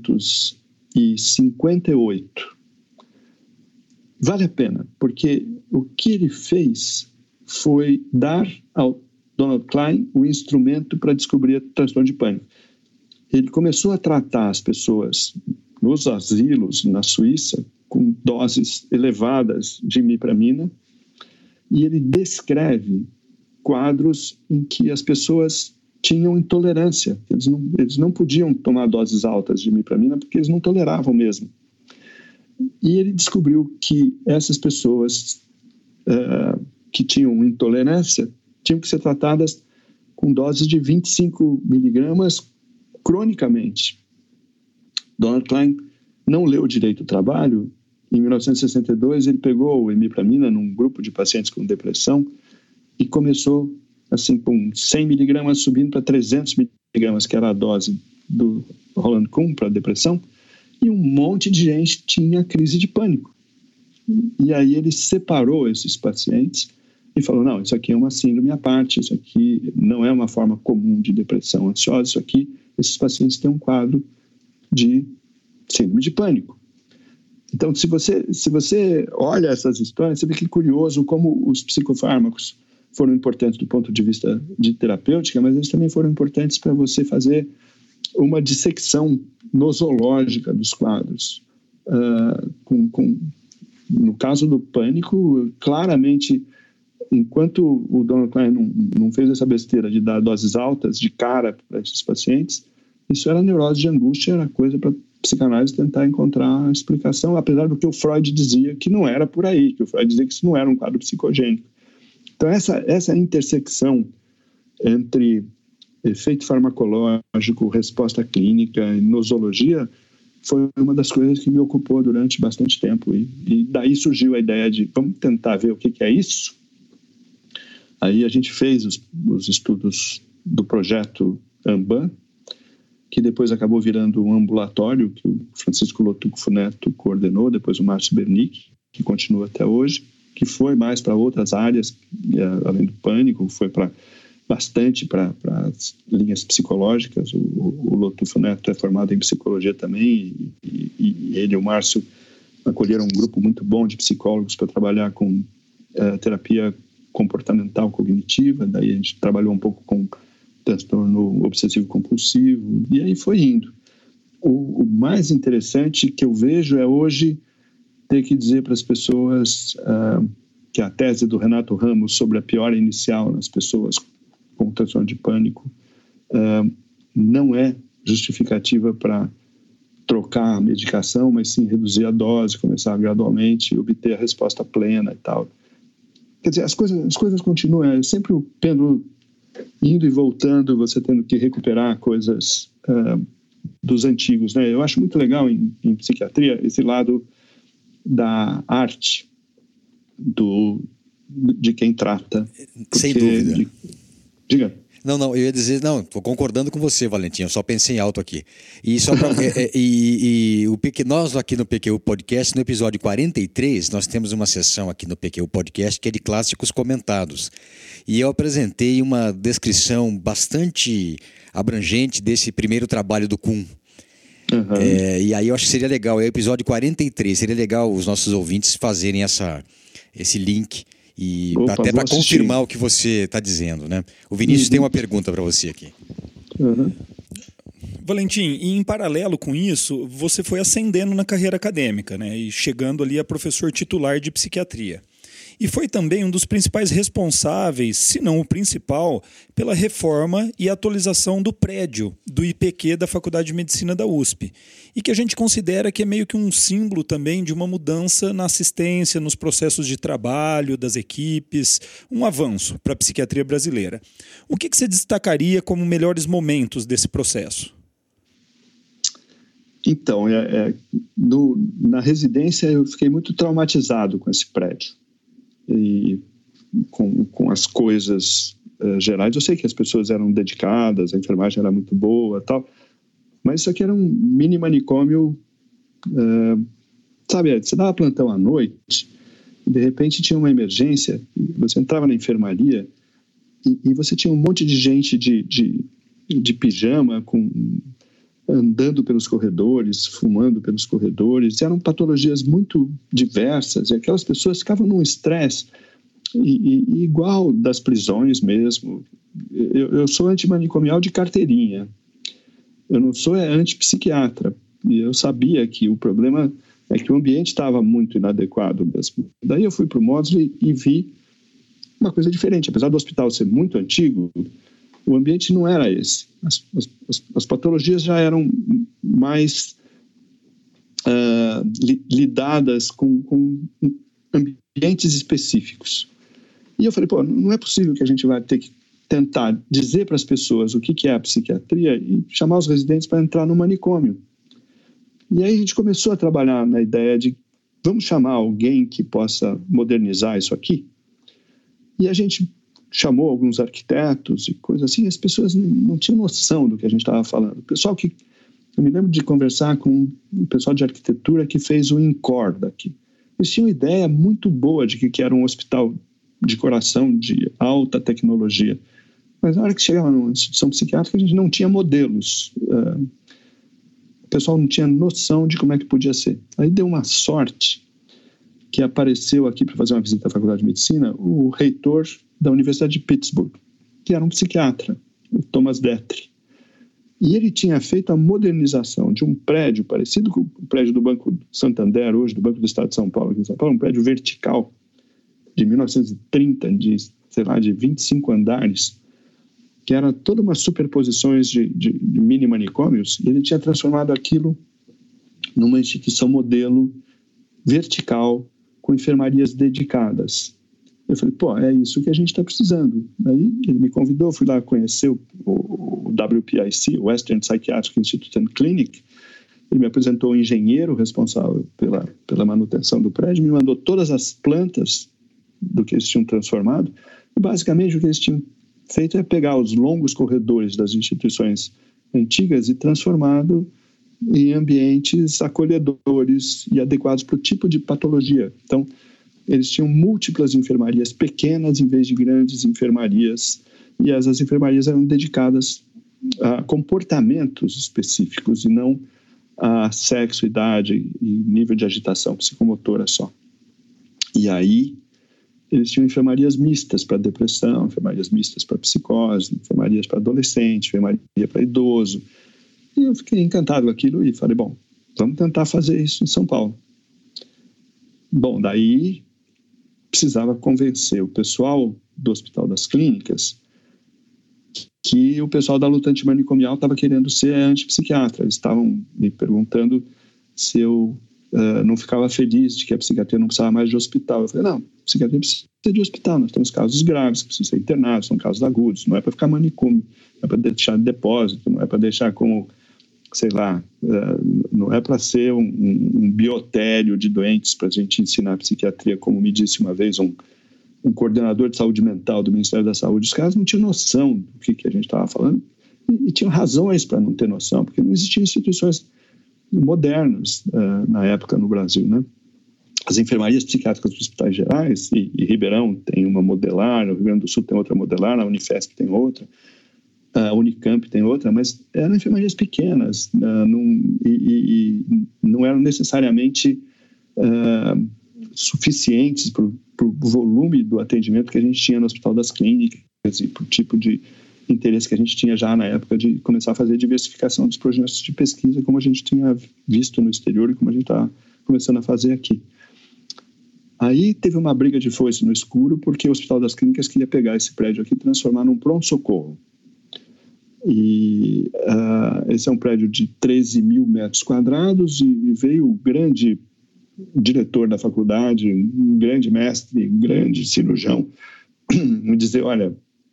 1958. Vale a pena, porque o que ele fez foi dar ao Donald Klein o instrumento para descobrir o transtorno de pânico. Ele começou a tratar as pessoas nos asilos na Suíça com doses elevadas de imipramina, e ele descreve quadros em que as pessoas tinham intolerância. Eles não podiam tomar doses altas de imipramina porque eles não toleravam mesmo. E ele descobriu que essas pessoas que tinham intolerância tinham que ser tratadas com doses de 25 miligramas cronicamente. Donald Klein não leu direito o trabalho. Em 1962, ele pegou o imipramina num grupo de pacientes com depressão e começou assim com 100 miligramas subindo para 300 miligramas, que era a dose do Roland Kuhn para depressão, e um monte de gente tinha crise de pânico. E aí ele separou esses pacientes e falou, não, isso aqui é uma síndrome à parte, isso aqui não é uma forma comum de depressão ansiosa, isso aqui, esses pacientes têm um quadro de síndrome de pânico. Então, se você olha essas histórias, você vê que é curioso como os psicofármacos foram importantes do ponto de vista de terapêutica, mas eles também foram importantes para você fazer uma dissecção nosológica dos quadros. No caso do pânico, claramente, enquanto o Donald Klein não fez essa besteira de dar doses altas de cara para esses pacientes, isso era neurose de angústia, era coisa para psicanálise tentar encontrar a explicação, apesar do que o Freud dizia que não era por aí, que o Freud dizia que isso não era um quadro psicogênico. Então, essa intersecção entre efeito farmacológico, resposta clínica e nosologia foi uma das coisas que me ocupou durante bastante tempo. E daí surgiu a ideia de, vamos tentar ver o que é isso? Aí a gente fez os estudos do projeto AMBAN, que depois acabou virando um ambulatório, que o Francisco Lotufo Neto coordenou, depois o Márcio Bernick, que continua até hoje, que foi mais para outras áreas, além do pânico, foi bastante para as linhas psicológicas. O Lotufo Neto é formado em psicologia também, e ele e o Márcio acolheram um grupo muito bom de psicólogos para trabalhar com terapia comportamental cognitiva. Daí a gente trabalhou um pouco com transtorno obsessivo-compulsivo, e aí foi indo. O mais interessante que eu vejo é hoje ter que dizer para as pessoas que a tese do Renato Ramos sobre a piora inicial nas pessoas com transtorno de pânico não é justificativa para trocar a medicação, mas sim reduzir a dose, começar gradualmente, obter a resposta plena e tal. Quer dizer, as coisas continuam, é sempre o pêndulo indo e voltando, você tendo que recuperar coisas dos antigos, né? Eu acho muito legal em psiquiatria esse lado da arte de quem trata. Sem dúvida. Diga. Não, eu ia dizer, não, estou concordando com você, Valentim, eu só pensei alto aqui. E só pra, nós aqui no PQU Podcast, no episódio 43, nós temos uma sessão aqui no PQU Podcast que é de clássicos comentados. E eu apresentei uma descrição bastante abrangente desse primeiro trabalho do Kuhn. Uhum. E aí eu acho que seria legal, é o episódio 43, seria legal os nossos ouvintes fazerem esse link. E até para confirmar o que você está dizendo, né? O Vinícius tem uma pergunta para você aqui. Uhum. Valentim, e em paralelo com isso, você foi ascendendo na carreira acadêmica, né? E chegando ali a professor titular de psiquiatria. E foi também um dos principais responsáveis, se não o principal, pela reforma e atualização do prédio do IPQ da Faculdade de Medicina da USP. E que a gente considera que é meio que um símbolo também de uma mudança na assistência, nos processos de trabalho das equipes, um avanço para a psiquiatria brasileira. O que você destacaria como melhores momentos desse processo? Então, na residência eu fiquei muito traumatizado com esse prédio. E com as coisas gerais. Eu sei que as pessoas eram dedicadas, a enfermagem era muito boa, tal, mas isso aqui era um mini manicômio, sabe? Você dava plantão à noite, e de repente tinha uma emergência, você entrava na enfermaria e você tinha um monte de gente de pijama, andando pelos corredores, fumando pelos corredores. Eram patologias muito diversas, e aquelas pessoas ficavam num estresse igual das prisões mesmo. Eu sou antimanicomial de carteirinha, eu não sou antipsiquiatra, e eu sabia que o problema é que o ambiente estava muito inadequado mesmo. Daí eu fui para o Maudsley e vi uma coisa diferente. Apesar do hospital ser muito antigo, o ambiente não era esse. As patologias já eram mais lidadas com ambientes específicos. E eu falei, não é possível que a gente vai ter que tentar dizer para as pessoas o que é a psiquiatria e chamar os residentes para entrar no manicômio. E aí a gente começou a trabalhar na ideia de vamos chamar alguém que possa modernizar isso aqui. E a gente chamou alguns arquitetos e coisas assim, as pessoas não tinham noção do que a gente estava falando. Eu me lembro de conversar com o pessoal de arquitetura que fez o INCOR daqui. Eles tinham uma ideia muito boa de que era um hospital de coração de alta tecnologia. Mas na hora que chegava numa instituição psiquiátrica, a gente não tinha modelos. O pessoal não tinha noção de como é que podia ser. Aí deu uma sorte que apareceu aqui para fazer uma visita à Faculdade de Medicina o reitor da Universidade de Pittsburgh, que era um psiquiatra, o Thomas Detry. E ele tinha feito a modernização de um prédio parecido com o prédio do Banco Santander hoje, do Banco do Estado de São Paulo, aqui em São Paulo, um prédio vertical de 1930, de 25 andares, que era toda uma superposições de mini manicômios, e ele tinha transformado aquilo numa instituição modelo vertical com enfermarias dedicadas. Eu falei, é isso que a gente está precisando. Aí ele me convidou, fui lá conhecer o WPIC, o Western Psychiatric Institute and Clinic. Ele me apresentou o engenheiro responsável pela manutenção do prédio, me mandou todas as plantas do que eles tinham transformado. E basicamente o que eles tinham feito é pegar os longos corredores das instituições antigas e transformado em ambientes acolhedores e adequados para o tipo de patologia. Então, eles tinham múltiplas enfermarias pequenas em vez de grandes enfermarias, e as enfermarias eram dedicadas a comportamentos específicos e não a sexo, idade e nível de agitação psicomotora só. E aí, eles tinham enfermarias mistas para depressão, enfermarias mistas para psicose, enfermarias para adolescente, enfermaria para idoso. E eu fiquei encantado com aquilo e falei, vamos tentar fazer isso em São Paulo. Daí precisava convencer o pessoal do Hospital das Clínicas que o pessoal da luta antimanicomial estava querendo ser antipsiquiatra. Eles estavam me perguntando se eu não ficava feliz de que a psiquiatria não precisava mais de hospital. Eu falei, não, a psiquiatria precisa de hospital, nós temos casos graves que precisam ser internados, são casos agudos, não é para ficar manicômio, não é para deixar de depósito, não é para deixar como, sei lá, não é para ser um biotério de doentes para a gente ensinar a psiquiatria, como me disse uma vez um coordenador de saúde mental do Ministério da Saúde. Os caras não tinham noção do que a gente estava falando e tinham razões para não ter noção, porque não existiam instituições modernas na época no Brasil, né? As enfermarias psiquiátricas dos hospitais gerais, e Ribeirão tem uma modelar, o Rio Grande do Sul tem outra modelar, a Unifesp tem outra, a Unicamp tem outra, mas eram enfermarias pequenas, não eram necessariamente suficientes para o volume do atendimento que a gente tinha no Hospital das Clínicas e para o tipo de interesse que a gente tinha já na época de começar a fazer diversificação dos projetos de pesquisa, como a gente tinha visto no exterior e como a gente está começando a fazer aqui. Aí teve uma briga de foice no escuro, porque o Hospital das Clínicas queria pegar esse prédio aqui e transformar num pronto-socorro. E esse é um prédio de 13 mil metros quadrados e veio o grande diretor da faculdade, um grande mestre, um grande cirurgião, me dizer, olha,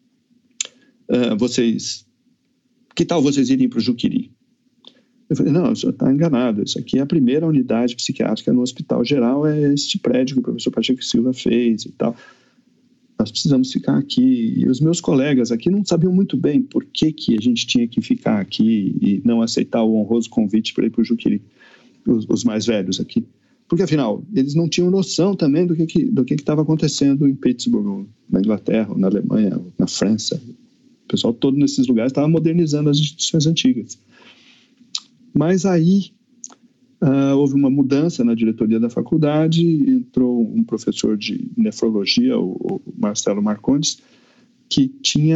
que tal vocês irem para o Juqueri? Eu falei, não, o senhor está enganado, isso aqui é a primeira unidade psiquiátrica no Hospital Geral, é este prédio que o professor Pacheco Silva fez e tal. nós precisamos ficar aqui. E os meus colegas aqui não sabiam muito bem por que a gente tinha que ficar aqui e não aceitar o honroso convite para ir para o Juqueri, os mais velhos aqui. Porque, afinal, eles não tinham noção também do que estava acontecendo em Pittsburgh, na Inglaterra, na Alemanha, na França. O pessoal todo nesses lugares estava modernizando as instituições antigas. Mas aí houve uma mudança na diretoria da faculdade, entrou um professor de nefrologia, o Marcelo Marcondes, que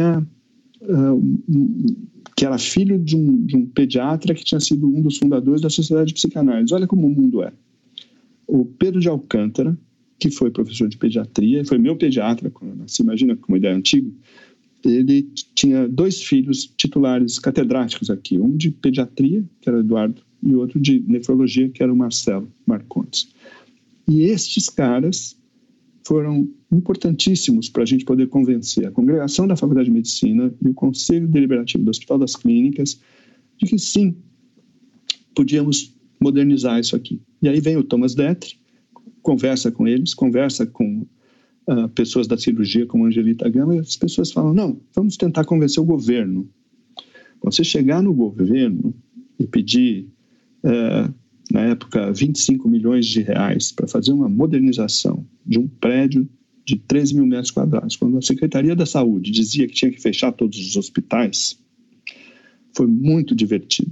era filho de um pediatra que tinha sido um dos fundadores da Sociedade de Psicanálise. Olha como o mundo é. O Pedro de Alcântara, que foi professor de pediatria, foi meu pediatra quando eu nasci, imagina como ideia antiga, ele tinha 2 filhos titulares catedráticos aqui, um de pediatria, que era o Eduardo, e outro de nefrologia, que era o Marcelo Marcondes. E estes caras foram importantíssimos para a gente poder convencer a congregação da Faculdade de Medicina e o Conselho Deliberativo do Hospital das Clínicas de que sim, podíamos modernizar isso aqui. E aí vem o Thomas Detri, conversa com eles, conversa com pessoas da cirurgia como Angelita Gama, e as pessoas falam, não, vamos tentar convencer o governo. Você chegar no governo e pedir, na época, 25 milhões de reais para fazer uma modernização de um prédio de 13 mil metros quadrados, quando a Secretaria da Saúde dizia que tinha que fechar todos os hospitais, foi muito divertido.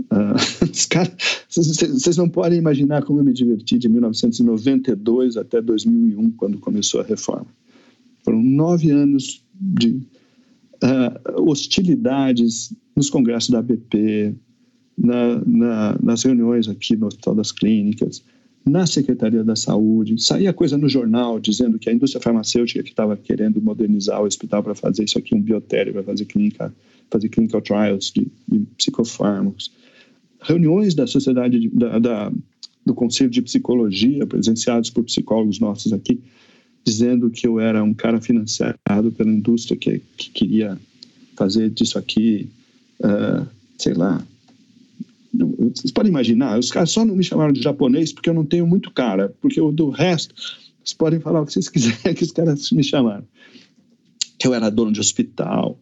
Vocês não podem imaginar como eu me diverti de 1992 até 2001, quando começou a reforma. Foram 9 anos de hostilidades nos congressos da ABP, nas reuniões aqui no Hospital das Clínicas, na Secretaria da Saúde. Saía coisa no jornal dizendo que a indústria farmacêutica que estava querendo modernizar o hospital para fazer isso aqui, um biotério, para fazer clinical trials de psicofármacos. Reuniões da sociedade, do Conselho de Psicologia, presenciados por psicólogos nossos aqui, dizendo que eu era um cara financiado pela indústria que queria fazer disso aqui, sei lá. Vocês podem imaginar, os caras só não me chamaram de japonês porque eu não tenho muito cara, porque do resto, vocês podem falar o que vocês quiserem que os caras me chamaram. Que eu era dono de hospital.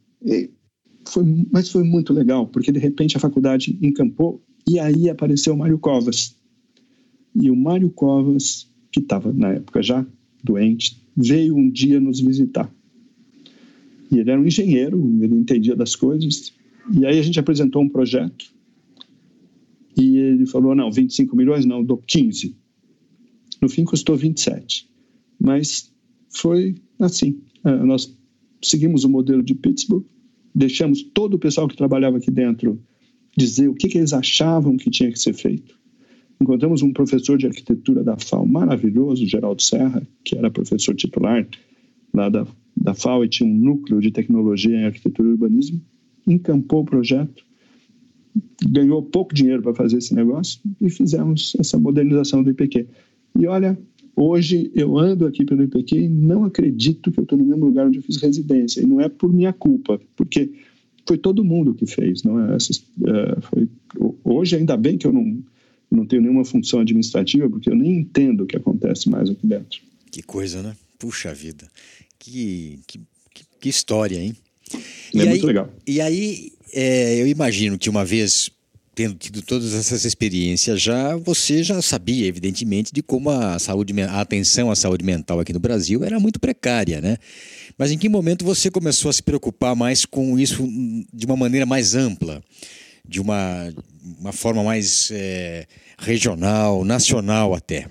Mas foi muito legal, porque de repente a faculdade encampou e aí apareceu o Mário Covas. E o Mário Covas, que estava na época já doente, veio um dia nos visitar. E ele era um engenheiro, ele entendia das coisas. E aí a gente apresentou um projeto e ele falou, não, 25 milhões não, dou 15. No fim custou 27. Mas foi assim, nós seguimos o modelo de Pittsburgh, deixamos todo o pessoal que trabalhava aqui dentro dizer o que eles achavam que tinha que ser feito. Encontramos um professor de arquitetura da FAO maravilhoso, Geraldo Serra, que era professor titular lá da FAO e tinha um núcleo de tecnologia em arquitetura e urbanismo, encampou o projeto, ganhou pouco dinheiro para fazer esse negócio e fizemos essa modernização do IPQ. E olha, hoje eu ando aqui pelo IPQ e não acredito que eu estou no mesmo lugar onde eu fiz residência. E não é por minha culpa, porque foi todo mundo que fez. Não é? Hoje, ainda bem que eu não tenho nenhuma função administrativa, porque eu nem entendo o que acontece mais aqui dentro. Que coisa, né? Puxa vida. Que história, hein? Muito legal. E aí, eu imagino que uma vez, tendo tido todas essas experiências você já sabia, evidentemente, de como a atenção à saúde mental aqui no Brasil era muito precária, né? Mas em que momento você começou a se preocupar mais com isso de uma maneira mais ampla, de uma forma mais regional, nacional até?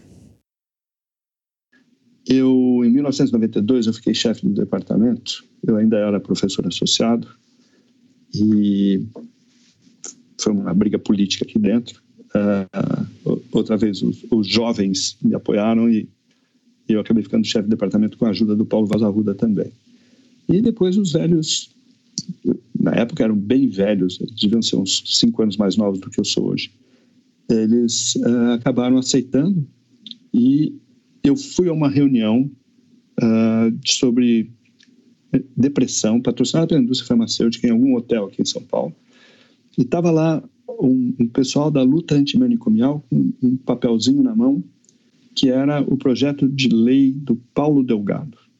Em 1992, eu fiquei chefe do departamento, eu ainda era professor associado, e foi uma briga política aqui dentro. Outra vez, os jovens me apoiaram e eu acabei ficando chefe do departamento com a ajuda do Paulo Vaz Arruda também. E depois os velhos, na época eram bem velhos, eles deviam ser uns 5 anos mais novos do que eu sou hoje. Eles acabaram aceitando e eu fui a uma reunião sobre depressão, patrocinada pela indústria farmacêutica em algum hotel aqui em São Paulo. E estava lá um pessoal da luta antimanicomial com um papelzinho na mão, que era o projeto de lei do Paulo Delgado.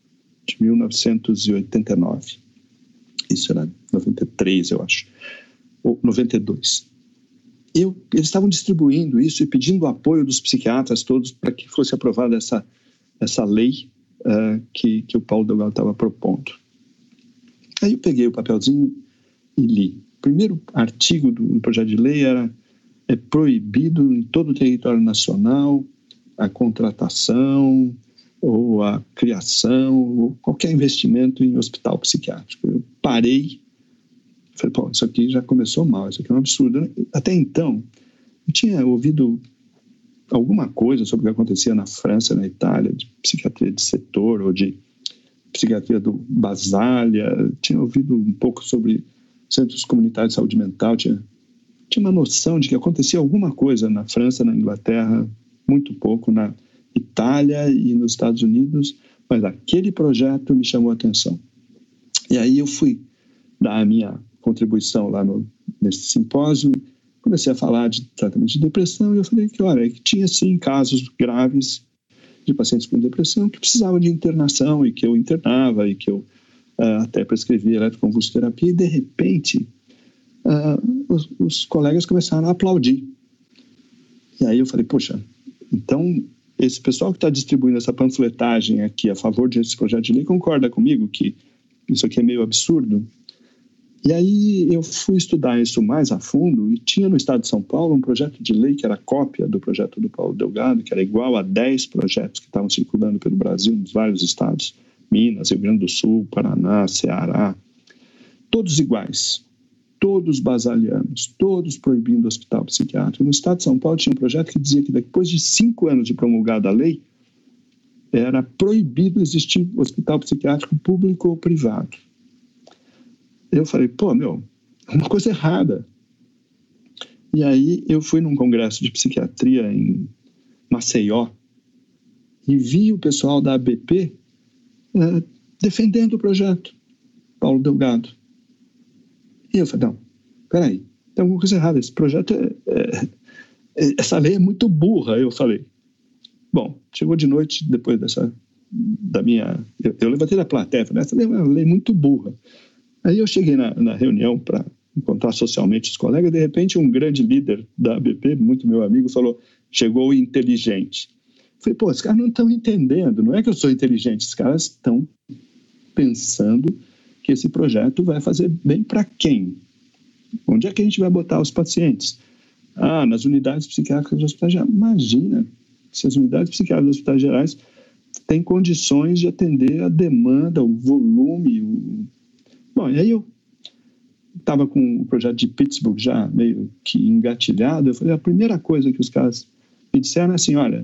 de 1989. Isso era 93, eu acho, ou 92. Eles estavam distribuindo isso e pedindo o apoio dos psiquiatras todos para que fosse aprovada essa lei que o Paulo Delgado estava propondo. Aí eu peguei o papelzinho e li. O primeiro artigo do projeto de lei é proibido em todo o território nacional a contratação ou a criação ou qualquer investimento em hospital psiquiátrico. Eu parei, falei, pô, isso aqui já começou mal, isso aqui é um absurdo. Até então, eu tinha ouvido alguma coisa sobre o que acontecia na França, na Itália, de psiquiatria de setor ou de psiquiatria do Basália, tinha ouvido um pouco sobre centros comunitários de saúde mental, tinha uma noção de que acontecia alguma coisa na França, na Inglaterra, muito pouco, na Itália e nos Estados Unidos, mas aquele projeto me chamou a atenção. E aí eu fui dar a minha contribuição lá nesse simpósio, comecei a falar de tratamento de depressão e eu falei que, olha, que tinha sim casos graves de pacientes com depressão que precisavam de internação e que eu internava e que eu até prescrevia eletroconvulsoterapia e de repente os colegas começaram a aplaudir. E aí eu falei, poxa, então esse pessoal que está distribuindo essa panfletagem aqui a favor desse projeto de lei concorda comigo que isso aqui é meio absurdo? E aí eu fui estudar isso mais a fundo e tinha no estado de São Paulo um projeto de lei que era cópia do projeto do Paulo Delgado, que era igual a 10 projetos que estavam circulando pelo Brasil, nos vários estados, Minas, Rio Grande do Sul, Paraná, Ceará, todos iguais, todos basalianos, todos proibindo o hospital psiquiátrico. No estado de São Paulo tinha um projeto que dizia que depois de 5 anos de promulgada a lei, era proibido existir hospital psiquiátrico público ou privado. Eu falei, pô, uma coisa errada. E aí eu fui num congresso de psiquiatria em Maceió e vi o pessoal da ABP defendendo o projeto, Paulo Delgado. E eu falei, não, peraí, tem alguma coisa errada, esse projeto essa lei é muito burra, eu falei. Bom, chegou de noite, depois eu levantei da plateia, falei, essa lei é uma lei muito burra. Aí eu cheguei na reunião para encontrar socialmente os colegas, de repente um grande líder da ABP, muito meu amigo, falou, chegou inteligente. Eu falei, pô, esses caras não estão entendendo, não é que eu sou inteligente, esses caras estão pensando que esse projeto vai fazer bem para quem? Onde é que a gente vai botar os pacientes? Nas unidades psiquiátricas dos hospitais gerais. Imagina se as unidades psiquiátricas dos hospitais gerais têm condições de atender a demanda, o volume, Bom, e aí eu estava com o projeto de Pittsburgh já meio que engatilhado. Eu falei, a primeira coisa que os caras me disseram é assim, olha,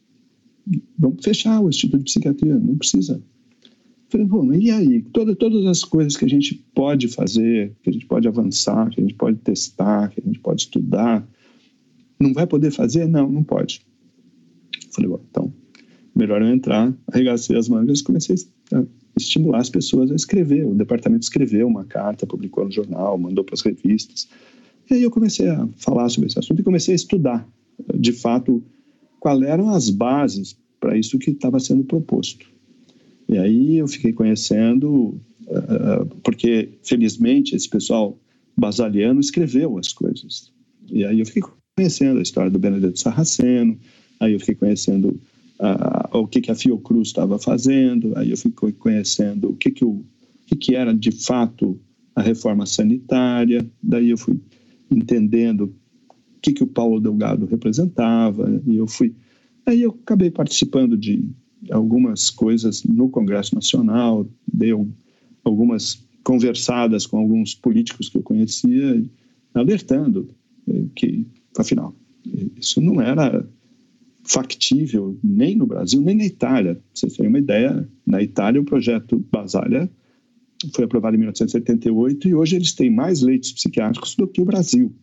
vamos fechar o Instituto de Psiquiatria, não precisa. Eu falei, bom, e aí? Todas as coisas que a gente pode fazer, que a gente pode avançar, que a gente pode testar, que a gente pode estudar, não vai poder fazer? Não pode. Eu falei, bom, então, melhor eu entrar, arregacei as mangas e comecei a estimular as pessoas a escrever. O departamento escreveu uma carta, publicou no jornal, mandou para as revistas. E aí eu comecei a falar sobre esse assunto e comecei a estudar, de fato, quais eram as bases para isso que estava sendo proposto. E aí eu fiquei conhecendo, porque, felizmente, esse pessoal basaliano escreveu as coisas. E aí eu fiquei conhecendo a história do Benedetto Sarraceno, aí eu fiquei conhecendo o que a Fiocruz estava fazendo, aí eu fui conhecendo o que era de fato a reforma sanitária, daí eu fui entendendo o que o Paulo Delgado representava, aí eu acabei participando de algumas coisas no Congresso Nacional, dei algumas conversadas com alguns políticos que eu conhecia, alertando que, afinal, isso não era factível nem no Brasil, nem na Itália. Pra vocês terem uma ideia, na Itália o projeto Basália foi aprovado em 1978 e hoje eles têm mais leitos psiquiátricos do que o Brasil.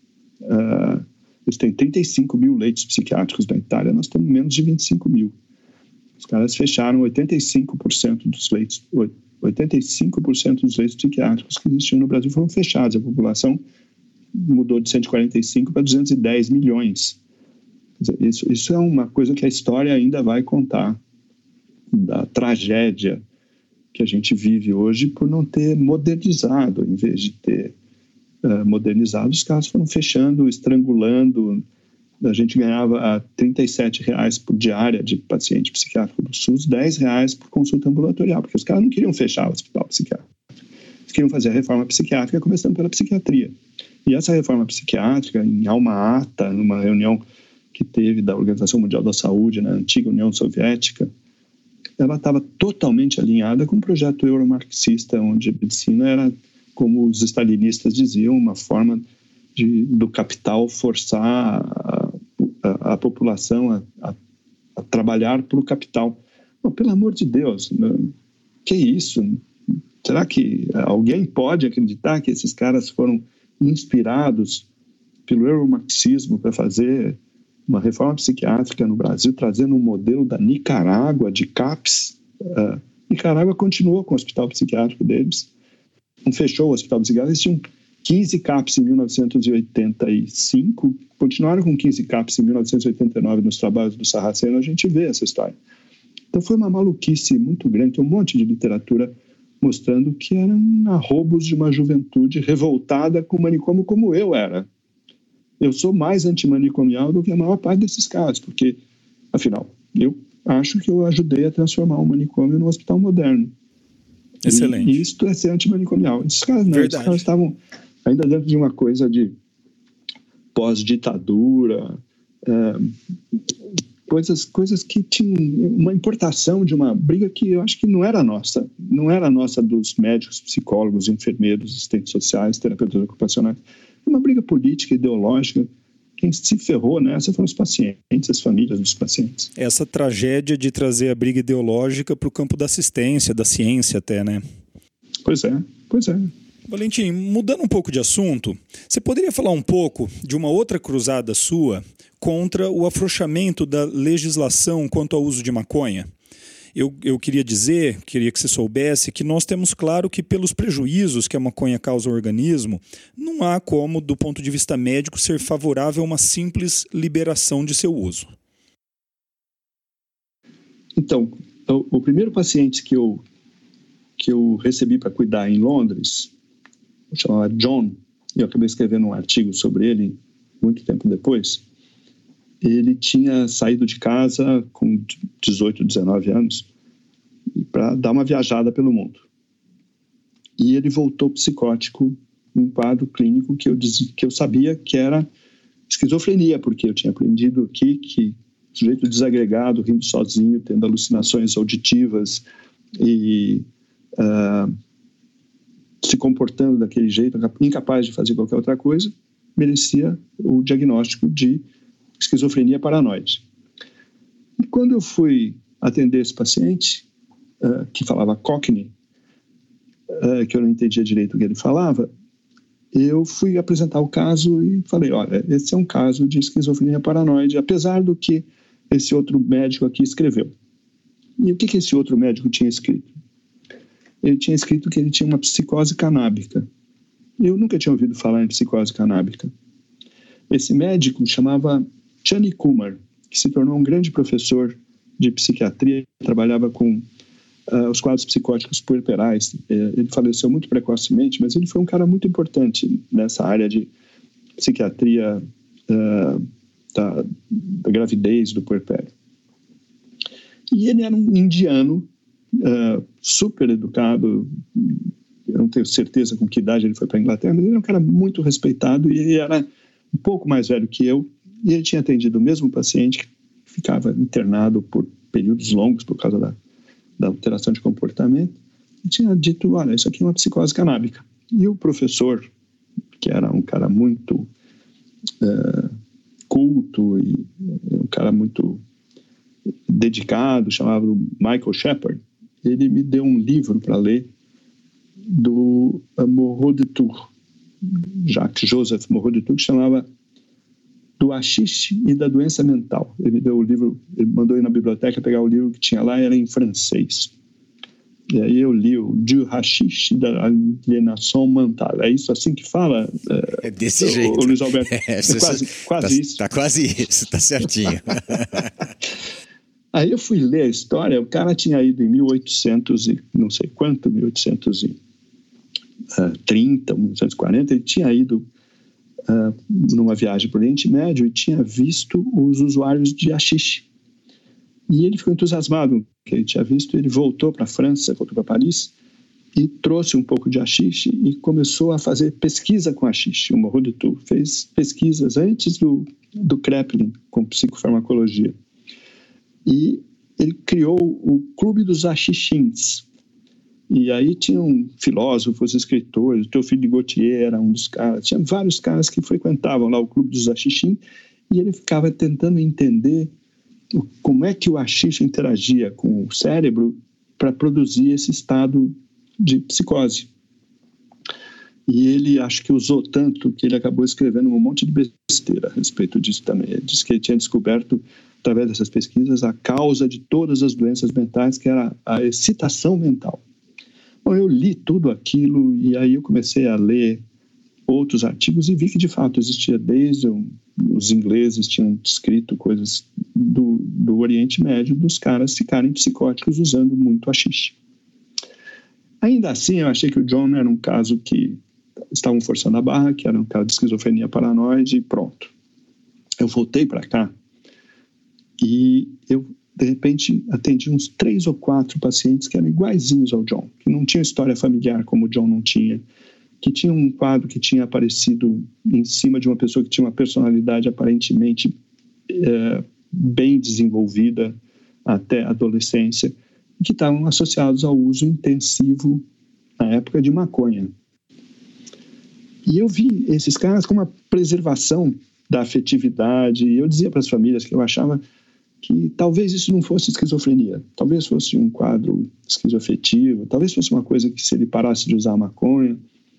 Eles têm 35 mil leitos psiquiátricos na Itália, nós temos menos de 25 mil. Os caras fecharam 85% dos leitos, 85% dos leitos psiquiátricos que existiam no Brasil foram fechados. A população mudou de 145 para 210 milhões. Isso é uma coisa que a história ainda vai contar, da tragédia que a gente vive hoje por não ter modernizado. Em vez de ter modernizado, os casos foram fechando, estrangulando. A gente ganhava R$37 por diária de paciente psiquiátrico do SUS, R$10 por consulta ambulatorial, porque os caras não queriam fechar o hospital psiquiátrico. Eles queriam fazer a reforma psiquiátrica começando pela psiquiatria. E essa reforma psiquiátrica, em Alma Ata, numa reunião que teve da Organização Mundial da Saúde na antiga União Soviética, ela estava totalmente alinhada com o projeto euromarxista, onde a medicina era, como os stalinistas diziam, uma forma do capital forçar a população a trabalhar para o capital. Bom, pelo amor de Deus, que isso? Será que alguém pode acreditar que esses caras foram inspirados pelo euromarxismo para fazer uma reforma psiquiátrica no Brasil, trazendo um modelo da Nicarágua, de CAPS? Nicarágua continuou com o hospital psiquiátrico deles, não fechou o hospital psiquiátrico, eles tinham 15 CAPS em 1985, continuaram com 15 CAPS em 1989 nos trabalhos do Sarraceno, a gente vê essa história. Então foi uma maluquice muito grande, tem um monte de literatura mostrando que eram arrobos de uma juventude revoltada com o manicômio como eu era. Eu sou mais antimanicomial do que a maior parte desses caras, porque, afinal, eu acho que eu ajudei a transformar o manicômio num hospital moderno. Excelente. E isto é ser antimanicomial. Esses caras não, esses caras estavam ainda dentro de uma coisa de pós-ditadura, coisas que tinham uma importação de uma briga que eu acho que não era nossa dos médicos, psicólogos, enfermeiros, assistentes sociais, terapeutas ocupacionais. Uma briga política, ideológica. Quem se ferrou nessa foram os pacientes, as famílias dos pacientes. Essa tragédia de trazer a briga ideológica para o campo da assistência, da ciência até, né? Pois é. Valentim, mudando um pouco de assunto, você poderia falar um pouco de uma outra cruzada sua contra o afrouxamento da legislação quanto ao uso de maconha? Eu queria que você soubesse que nós temos claro que pelos prejuízos que a maconha causa ao organismo, não há como, do ponto de vista médico, ser favorável a uma simples liberação de seu uso. Então, o primeiro paciente que eu recebi para cuidar em Londres, chamava John, e eu acabei escrevendo um artigo sobre ele muito tempo depois. Ele tinha saído de casa com 18, 19 anos para dar uma viajada pelo mundo. E ele voltou psicótico, um quadro clínico que eu sabia que era esquizofrenia, porque eu tinha aprendido aqui que sujeito desagregado, rindo sozinho, tendo alucinações auditivas e se comportando daquele jeito, incapaz de fazer qualquer outra coisa, merecia o diagnóstico de esquizofrenia paranoide. E quando eu fui atender esse paciente, que falava Cockney, que eu não entendia direito o que ele falava, eu fui apresentar o caso e falei, olha, esse é um caso de esquizofrenia paranoide, apesar do que esse outro médico aqui escreveu. E o que esse outro médico tinha escrito? Ele tinha escrito que ele tinha uma psicose canábica. Eu nunca tinha ouvido falar em psicose canábica. Esse médico chamava Chani Kumar, que se tornou um grande professor de psiquiatria, trabalhava com os quadros psicóticos puerperais. Ele faleceu muito precocemente, mas ele foi um cara muito importante nessa área de psiquiatria da gravidez, do puerpério. E ele era um indiano, super educado, eu não tenho certeza com que idade ele foi para a Inglaterra, mas ele era um cara muito respeitado e ele era um pouco mais velho que eu, e ele tinha atendido o mesmo paciente que ficava internado por períodos longos por causa da alteração de comportamento, e tinha dito, olha, isso aqui é uma psicose canábica. E o professor, que era um cara muito culto e um cara muito dedicado, chamado Michael Shepard, ele me deu um livro para ler do Moreau de Tours, Jacques Joseph Moreau de Tours, que chamava Do Haxixe e da Doença Mental. Ele me deu o livro, ele mandou ir na biblioteca pegar o livro que tinha lá, era em francês. E aí eu li o Du Haxixe da Alienação Mental. É isso assim que fala? É desse jeito. O Luiz Alberto. Quase isso. Tá quase isso, tá certinho. Aí eu fui ler a história, o cara tinha ido em 1800 e não sei quanto, 1830, 1940, ele tinha ido numa viagem para o Oriente Médio e tinha visto os usuários de haxixe. E ele ficou entusiasmado com o que ele tinha visto, ele voltou para a França, voltou para Paris e trouxe um pouco de haxixe e começou a fazer pesquisa com haxixe. O Moreau de Tours fez pesquisas antes do Kraepelin com psicofarmacologia. E ele criou o Clube dos Hachixins. E aí tinham filósofos, escritores, o Théophile Gautier era um dos caras, tinha vários caras que frequentavam lá o Clube dos Hachixins e ele ficava tentando entender como é que o haxixe interagia com o cérebro para produzir esse estado de psicose. E ele, acho que usou tanto que ele acabou escrevendo um monte de besteira a respeito disso também. Ele disse que ele tinha descoberto, através dessas pesquisas, a causa de todas as doenças mentais, que era a excitação mental. Bom, eu li tudo aquilo e aí eu comecei a ler outros artigos e vi que, de fato, existia desde os ingleses tinham descrito coisas do Oriente Médio, dos caras ficarem psicóticos usando muito haxixe. Ainda assim, eu achei que o John era um caso que estavam forçando a barra, que era um caso de esquizofrenia paranoide e pronto. Eu voltei para cá e eu, de repente, atendi uns 3 ou 4 pacientes que eram iguaizinhos ao John, que não tinham história familiar como o John não tinha, que tinha um quadro que tinha aparecido em cima de uma pessoa que tinha uma personalidade aparentemente bem desenvolvida até a adolescência, e que estavam associados ao uso intensivo na época de maconha. E eu vi esses caras com uma preservação da afetividade, e eu dizia para as famílias que eu achava que talvez isso não fosse esquizofrenia, talvez fosse um quadro esquizoafetivo, talvez fosse uma coisa que, se ele parasse de usar a maconha.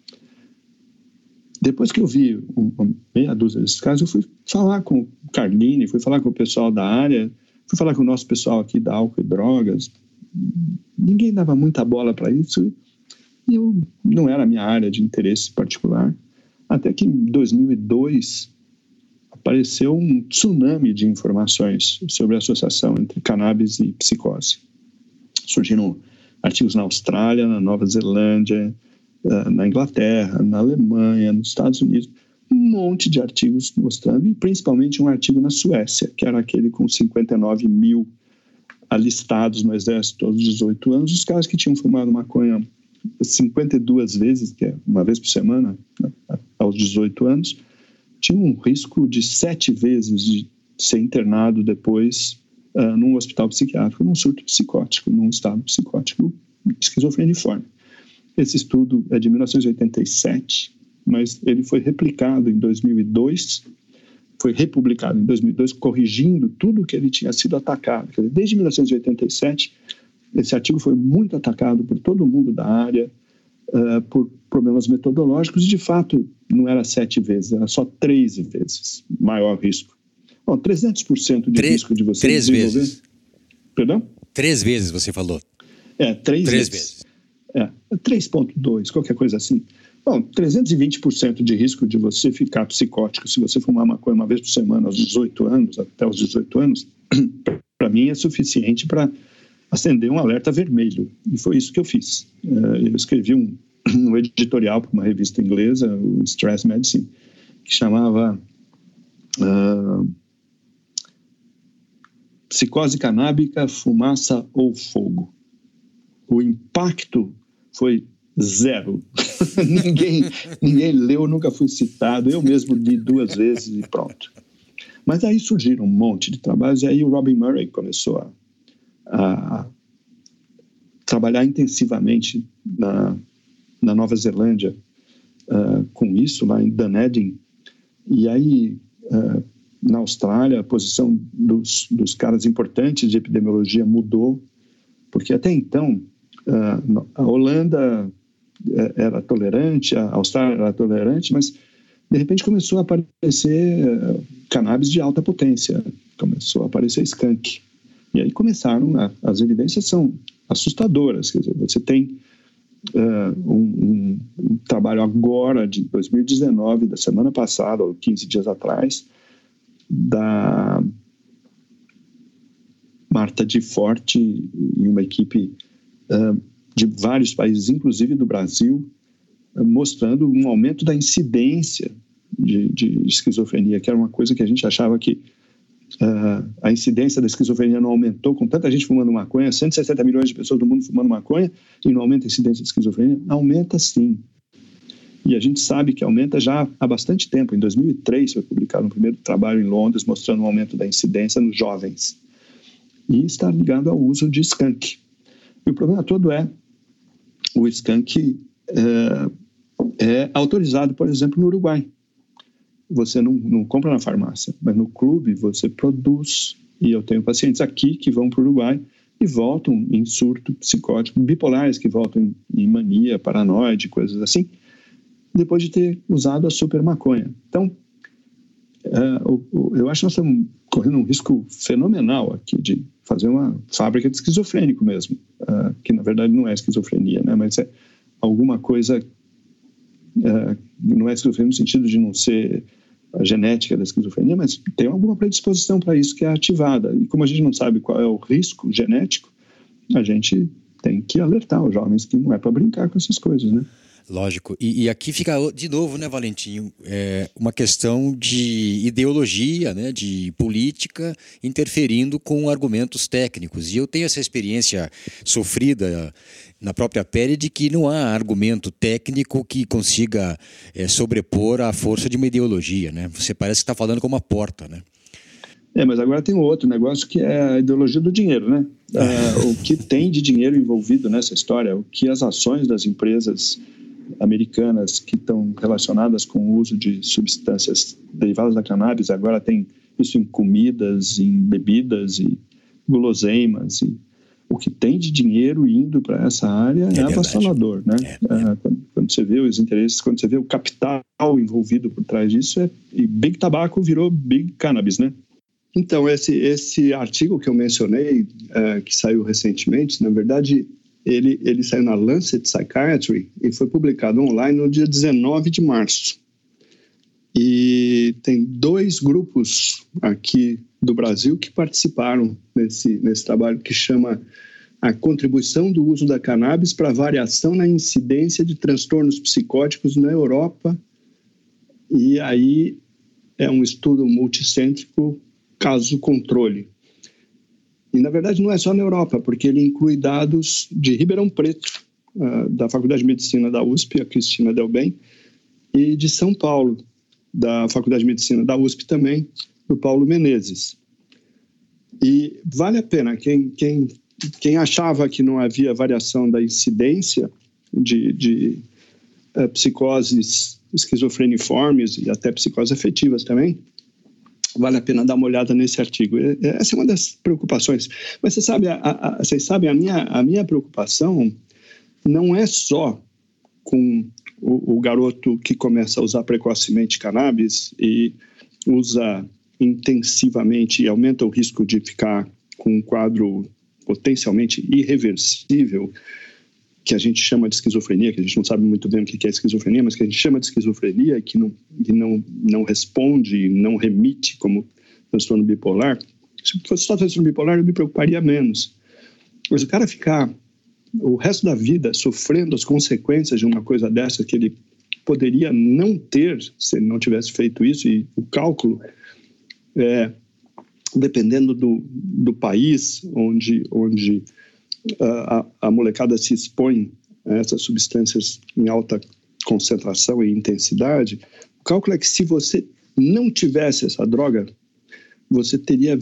Depois que eu vi uma meia dúzia desses casos, eu fui falar com o Carlini, fui falar com o pessoal da área, fui falar com o nosso pessoal aqui da álcool e drogas. Ninguém dava muita bola para isso e eu não era a minha área de interesse particular. Até que em 2002 apareceu um tsunami de informações sobre a associação entre cannabis e psicose. Surgiram artigos na Austrália, na Nova Zelândia, na Inglaterra, na Alemanha, nos Estados Unidos, um monte de artigos mostrando, e principalmente um artigo na Suécia, que era aquele com 59 mil alistados no exército aos 18 anos, os caras que tinham fumado maconha 52 vezes, que é uma vez por semana, aos 18 anos, tinham um risco de 7 vezes de ser internado depois num hospital psiquiátrico, num surto psicótico, num estado psicótico esquizofreniforme. Esse estudo é de 1987, mas ele foi replicado em 2002, foi republicado em 2002, corrigindo tudo que ele tinha sido atacado. Quer dizer, desde 1987, esse artigo foi muito atacado por todo mundo da área, por problemas metodológicos, e de fato não era 7 vezes, era só 3 vezes maior risco. Bom, 300% de risco de você 3 desenvolver... vezes. Perdão? 3 vezes você falou. 3 vezes. 3,2, qualquer coisa assim. Bom, 320% de risco de você ficar psicótico se você fumar maconha uma vez por semana aos 18 anos, até os 18 anos, para mim é suficiente para acender um alerta vermelho. E foi isso que eu fiz. Eu escrevi um editorial para uma revista inglesa, o Stress Medicine, que chamava Psicose Canábica, Fumaça ou Fogo. O impacto foi 0. ninguém leu, nunca fui citado. Eu mesmo li 2 vezes e pronto. Mas aí surgiram um monte de trabalhos e aí o Robin Murray começou a trabalhar intensivamente na Nova Zelândia com isso, lá em Dunedin. E aí, na Austrália, a posição dos caras importantes de epidemiologia mudou, porque até então a Holanda era tolerante, a Austrália era tolerante, mas de repente começou a aparecer cannabis de alta potência, começou a aparecer skunk. E aí começaram, as evidências são assustadoras, quer dizer, você tem um trabalho agora de 2019, da semana passada, ou 15 dias atrás, uma Marta Di Forte e uma equipe de vários países, inclusive do Brasil, mostrando um aumento da incidência de esquizofrenia, que era uma coisa que a gente achava que a incidência da esquizofrenia não aumentou com tanta gente fumando maconha, 160 milhões de pessoas do mundo fumando maconha, e não aumenta a incidência de esquizofrenia. Aumenta sim. E a gente sabe que aumenta já há bastante tempo. Em 2003 foi publicado um primeiro trabalho em Londres mostrando um aumento da incidência nos jovens. E está ligado ao uso de skunk. E o problema todo o skunk é autorizado, por exemplo, no Uruguai. Você não compra na farmácia, mas no clube você produz. E eu tenho pacientes aqui que vão para o Uruguai e voltam em surto psicótico, bipolares que voltam em mania, paranoide, coisas assim, depois de ter usado a super maconha. Então, eu acho que nós estamos correndo um risco fenomenal aqui de fazer uma fábrica de esquizofrênico mesmo, que na verdade não é esquizofrenia, né? Mas é alguma coisa, não é esquizofrenia no sentido de não ser a genética da esquizofrenia, mas tem alguma predisposição para isso que é ativada. E como a gente não sabe qual é o risco genético, a gente tem que alertar os jovens que não é para brincar com essas coisas, né? Lógico. E aqui fica de novo, né, Valentim, uma questão de ideologia, né, de política interferindo com argumentos técnicos. E eu tenho essa experiência sofrida na própria pele de que não há argumento técnico que consiga sobrepor a força de uma ideologia, né? Você parece que está falando com uma porta, né? Mas agora tem um outro negócio que é a ideologia do dinheiro, né? O que tem de dinheiro envolvido nessa história, o que as ações das empresas americanas que estão relacionadas com o uso de substâncias derivadas da cannabis, agora tem isso em comidas, em bebidas e guloseimas. E o que tem de dinheiro indo para essa área é avassalador, né? Quando você vê os interesses, quando você vê o capital envolvido por trás disso, e Big Tabaco virou Big Cannabis, né? Então, esse artigo que eu mencionei, que saiu recentemente, na verdade, ele saiu na Lancet Psychiatry e foi publicado online no dia 19 de março. E tem 2 grupos aqui do Brasil que participaram nesse trabalho que chama A Contribuição do Uso da Cannabis para a Variação na Incidência de Transtornos Psicóticos na Europa. E aí é um estudo multicêntrico, caso controle. E, na verdade, não é só na Europa, porque ele inclui dados de Ribeirão Preto, da Faculdade de Medicina da USP, a Cristina Delbem, e de São Paulo, da Faculdade de Medicina da USP também, do Paulo Menezes. E vale a pena, quem achava que não havia variação da incidência de psicoses esquizofreniformes e até psicoses afetivas também, vale a pena dar uma olhada nesse artigo. Essa é uma das preocupações. Mas vocês sabem, a minha preocupação não é só com o garoto que começa a usar precocemente cannabis e usa intensivamente e aumenta o risco de ficar com um quadro potencialmente irreversível, que a gente chama de esquizofrenia, que a gente não sabe muito bem o que é esquizofrenia, mas que a gente chama de esquizofrenia, que não responde, não remite como transtorno bipolar. Se fosse só transtorno bipolar, eu me preocuparia menos. Mas o cara ficar o resto da vida sofrendo as consequências de uma coisa dessa que ele poderia não ter se ele não tivesse feito isso, e o cálculo, dependendo do país onde a molecada se expõe a essas substâncias em alta concentração e intensidade, o cálculo é que se você não tivesse essa droga, você teria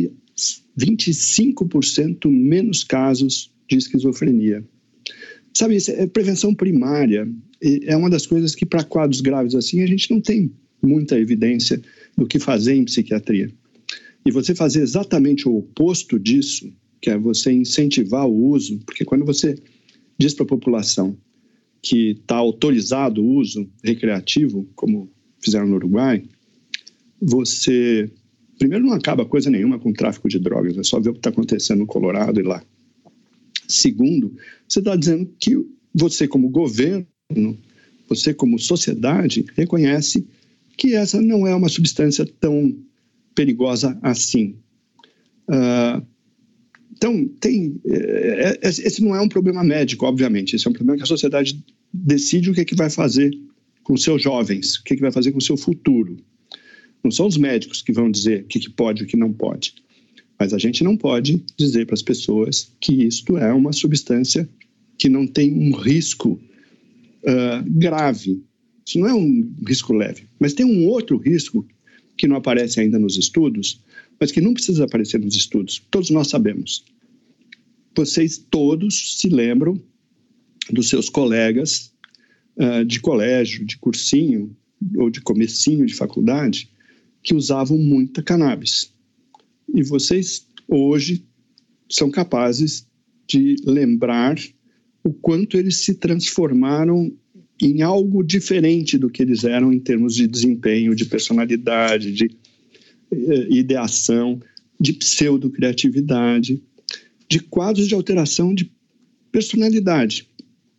25% menos casos de esquizofrenia. Sabe, isso é prevenção primária. É uma das coisas que, para quadros graves assim, a gente não tem muita evidência do que fazer em psiquiatria. E você fazer exatamente o oposto disso, que é você incentivar o uso, porque quando você diz para a população que está autorizado o uso recreativo, como fizeram no Uruguai, você, primeiro, não acaba coisa nenhuma com o tráfico de drogas, é só ver o que está acontecendo no Colorado e lá. Segundo, você está dizendo que você, como governo, você, como sociedade, reconhece que essa não é uma substância tão perigosa assim. Então, esse não é um problema médico, obviamente. Esse é um problema que a sociedade decide o que é que vai fazer com seus jovens, o que é que vai fazer com o seu futuro. Não são os médicos que vão dizer o que pode e o que não pode. Mas a gente não pode dizer para as pessoas que isto é uma substância que não tem um risco grave. Isso não é um risco leve. Mas tem um outro risco que não aparece ainda nos estudos, mas que não precisa aparecer nos estudos. Todos nós sabemos. Vocês todos se lembram dos seus colegas de colégio, de cursinho ou de comecinho de faculdade que usavam muita cannabis. E vocês hoje são capazes de lembrar o quanto eles se transformaram em algo diferente do que eles eram em termos de desempenho, de personalidade, de ideação, de pseudo-criatividade, de quadros de alteração de personalidade.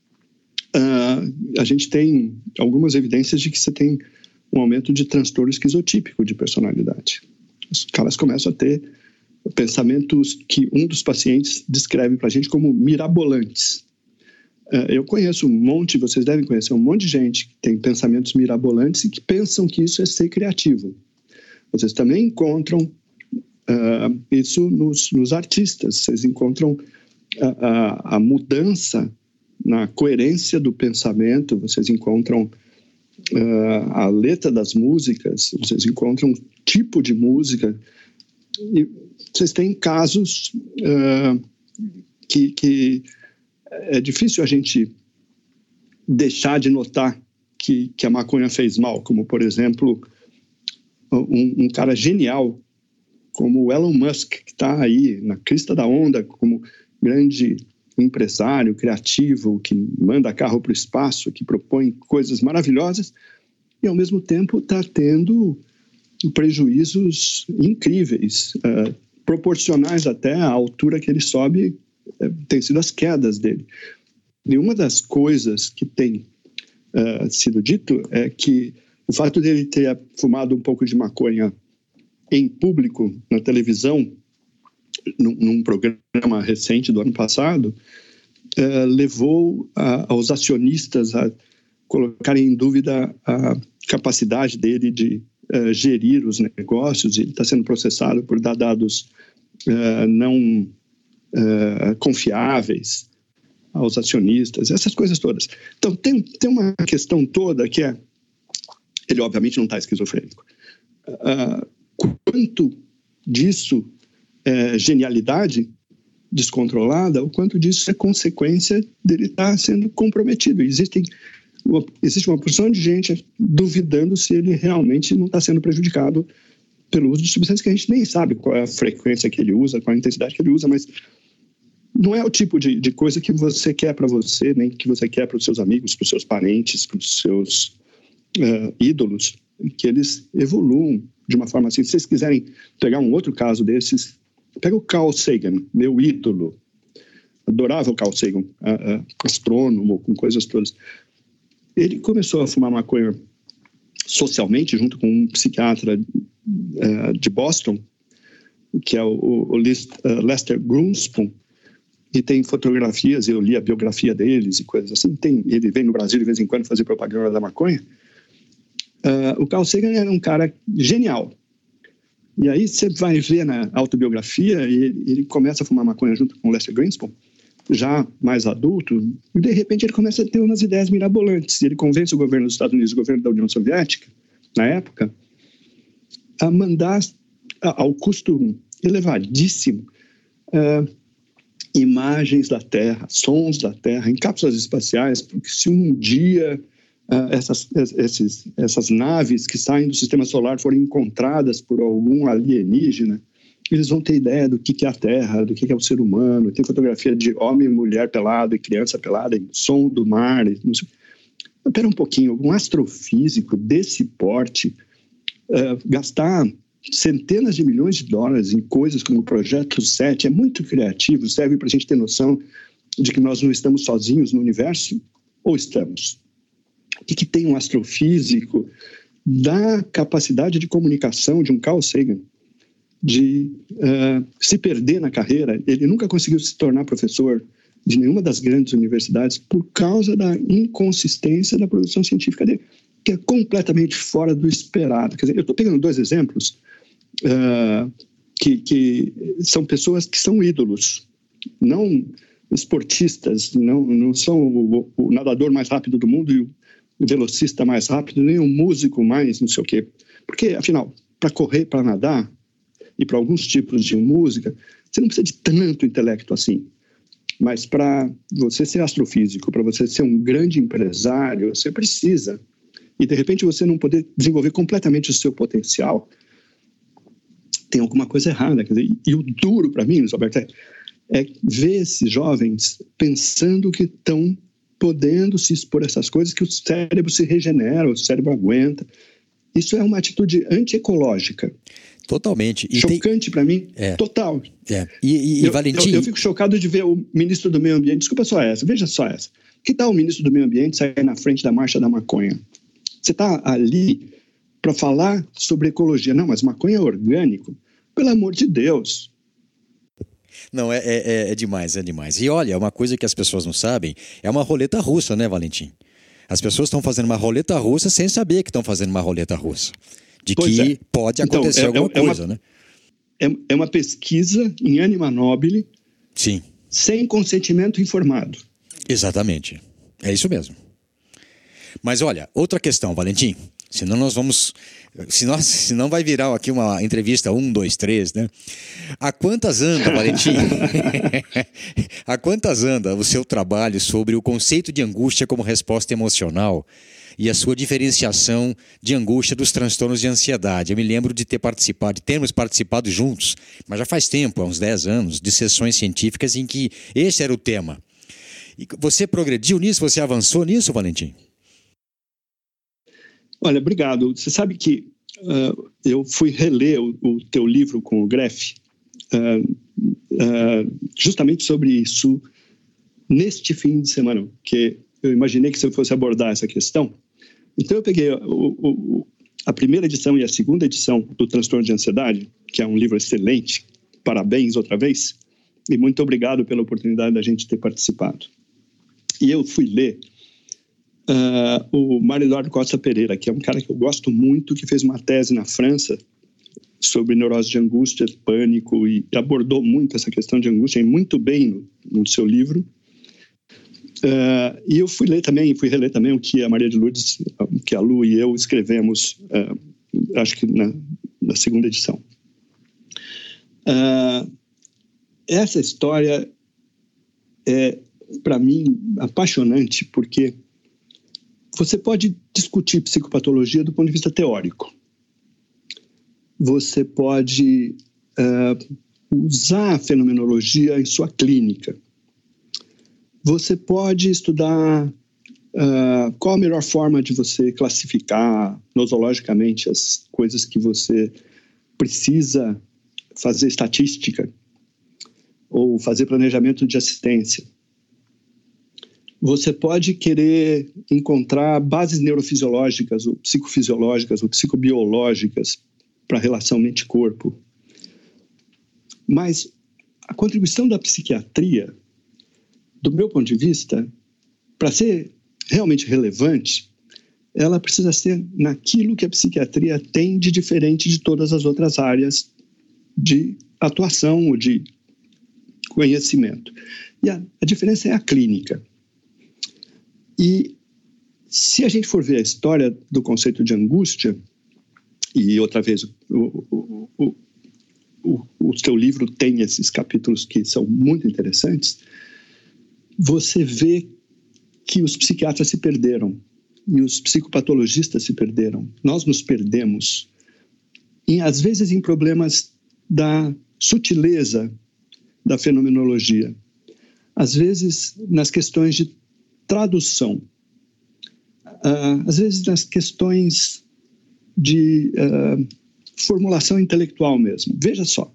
A gente tem algumas evidências de que você tem um aumento de transtorno esquizotípico de personalidade. Os caras começam a ter pensamentos que um dos pacientes descreve para a gente como mirabolantes. Eu conheço um monte, vocês devem conhecer um monte de gente que tem pensamentos mirabolantes e que pensam que isso é ser criativo. Vocês também encontram isso nos artistas. Vocês encontram a mudança na coerência do pensamento, vocês encontram a letra das músicas, vocês encontram um tipo de música. E vocês têm casos que é difícil a gente deixar de notar que a maconha fez mal, como, por exemplo, um cara genial como o Elon Musk, que está aí na crista da onda como grande empresário criativo, que manda carro para o espaço, que propõe coisas maravilhosas, e ao mesmo tempo está tendo prejuízos incríveis, proporcionais até à altura que ele sobe, tem sido as quedas dele. E uma das coisas que tem sido dito é que o fato dele ter fumado um pouco de maconha em público, na televisão, num programa recente do ano passado, levou aos acionistas a colocarem em dúvida a capacidade dele de gerir os negócios. Ele está sendo processado por dar dados não confiáveis aos acionistas, essas coisas todas. Então, tem uma questão toda que é... Ele, obviamente, não está esquizofrênico. Quanto disso é genialidade descontrolada, o quanto disso é consequência dele estar sendo comprometido. Existe uma porção de gente duvidando se ele realmente não está sendo prejudicado pelo uso de substâncias que a gente nem sabe qual é a frequência que ele usa, qual é a intensidade que ele usa, mas não é o tipo de coisa que você quer para você, nem que você quer para os seus amigos, para os seus parentes, para os seus ídolos, que eles evoluam de uma forma assim. Se vocês quiserem pegar um outro caso desses, pega o Carl Sagan, meu ídolo. Adorava o Carl Sagan, astrônomo, com coisas todas. Ele começou a fumar maconha socialmente, junto com um psiquiatra de Boston, que é o Lester Grunspoon, e tem fotografias, eu li a biografia deles e coisas assim. Ele vem no Brasil de vez em quando fazer propaganda da maconha. O Carl Sagan era um cara genial. E aí você vai ver na autobiografia, ele começa a fumar maconha junto com o Lester Grunspoon, já mais adulto, e de repente ele começa a ter umas ideias mirabolantes. Ele convence o governo dos Estados Unidos, o governo da União Soviética, na época, a mandar, ao custo elevadíssimo, imagens da Terra, sons da Terra, em cápsulas espaciais, porque se um dia essas naves que saem do sistema solar forem encontradas por algum alienígena, eles vão ter ideia do que é a Terra, do que é o ser humano. Tem fotografia de homem e mulher pelado e criança pelada, e som do mar. Espera um pouquinho, um astrofísico desse porte gastar centenas de milhões de dólares em coisas como o Projeto 7 é muito criativo, serve para a gente ter noção de que nós não estamos sozinhos no universo, ou estamos? O que tem um astrofísico da capacidade de comunicação de um Carl Sagan de se perder na carreira. Ele nunca conseguiu se tornar professor de nenhuma das grandes universidades por causa da inconsistência da produção científica dele, que é completamente fora do esperado. Quer dizer, eu estou pegando 2 exemplos que são pessoas que são ídolos, não esportistas, não são o nadador mais rápido do mundo e o velocista mais rápido, nem o músico mais não sei o quê. Porque, afinal, para correr, para nadar e para alguns tipos de música, você não precisa de tanto intelecto assim. Mas para você ser astrofísico, para você ser um grande empresário, você precisa. E, de repente, você não poder desenvolver completamente o seu potencial, tem alguma coisa errada. Quer dizer, e o duro para mim, Luiz Alberto, é ver esses jovens pensando que estão podendo se expor a essas coisas, que o cérebro se regenera, o cérebro aguenta. Isso é uma atitude antiecológica. Totalmente. E chocante para mim, total. Valentim... Eu fico chocado de ver o ministro do Meio Ambiente, desculpa só essa, veja só essa. Que tal o ministro do Meio Ambiente sair na frente da Marcha da Maconha? Você está ali para falar sobre ecologia. Não, mas maconha é orgânico. Pelo amor de Deus. Não, é demais, é demais. E olha, uma coisa que as pessoas não sabem, é uma roleta russa, né, Valentim? As pessoas estão fazendo uma roleta russa sem saber que estão fazendo uma roleta russa. De que pode acontecer alguma coisa, né? É uma pesquisa em anima nobile, sim, sem consentimento informado. Exatamente. É isso mesmo. Mas olha, outra questão, Valentim. Senão nós vamos... Senão vai virar aqui uma entrevista 1, 2, 3, né? A quantas anda, Valentim? A quantas anda o seu trabalho sobre o conceito de angústia como resposta emocional e a sua diferenciação de angústia dos transtornos de ansiedade? Eu me lembro de termos participado juntos, mas já faz tempo, há uns 10 anos, de sessões científicas em que esse era o tema. E você progrediu nisso? Você avançou nisso, Valentim? Olha, obrigado. Você sabe que eu fui reler o teu livro com o Greff justamente sobre isso neste fim de semana, porque eu imaginei que você fosse abordar essa questão. Então eu peguei a primeira edição e a segunda edição do Transtorno de Ansiedade, que é um livro excelente. Parabéns outra vez e muito obrigado pela oportunidade da gente ter participado. E eu fui ler o Mário Eduardo Costa Pereira, que é um cara que eu gosto muito, que fez uma tese na França sobre neurose de angústia, pânico, e abordou muito essa questão de angústia, e muito bem no seu livro. E eu fui reler também o que a Maria de Lourdes, que a Lu e eu escrevemos, acho que na segunda edição. Essa história é, para mim, apaixonante, porque você pode discutir psicopatologia do ponto de vista teórico. Você pode usar a fenomenologia em sua clínica. Você pode estudar qual a melhor forma de você classificar nosologicamente as coisas que você precisa fazer estatística ou fazer planejamento de assistência. Você pode querer encontrar bases neurofisiológicas, ou psicofisiológicas, ou psicobiológicas para a relação mente-corpo. Mas a contribuição da psiquiatria, do meu ponto de vista, para ser realmente relevante, ela precisa ser naquilo que a psiquiatria tem de diferente de todas as outras áreas de atuação ou de conhecimento. E a diferença é a clínica. E se a gente for ver a história do conceito de angústia, e outra vez o seu livro tem esses capítulos que são muito interessantes, você vê que os psiquiatras se perderam e os psicopatologistas se perderam. Nós nos perdemos, às vezes em problemas da sutileza da fenomenologia, às vezes nas questões de tradução, às vezes nas questões de formulação intelectual mesmo. Veja só,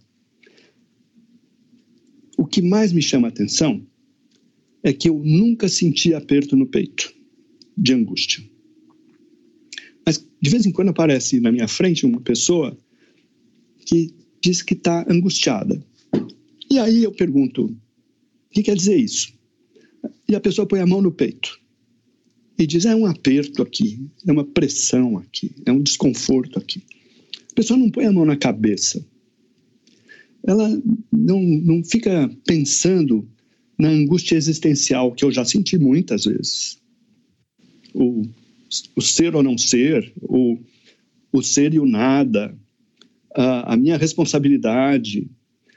o que mais me chama a atenção é que eu nunca senti aperto no peito de angústia. Mas de vez em quando aparece na minha frente uma pessoa que diz que está angustiada. E aí eu pergunto, o que quer dizer isso? E a pessoa põe a mão no peito e diz, é um aperto aqui, é uma pressão aqui, é um desconforto aqui. A pessoa não põe a mão na cabeça. Ela não fica pensando na angústia existencial, que eu já senti muitas vezes. O ser ou não ser, o ser e o nada, a minha responsabilidade,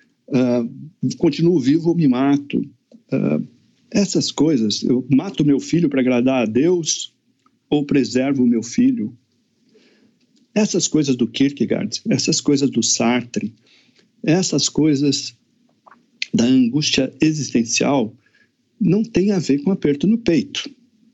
continuo vivo ou me mato. Essas coisas, eu mato meu filho para agradar a Deus ou preservo o meu filho? Essas coisas do Kierkegaard, essas coisas do Sartre, essas coisas da angústia existencial não têm a ver com aperto no peito.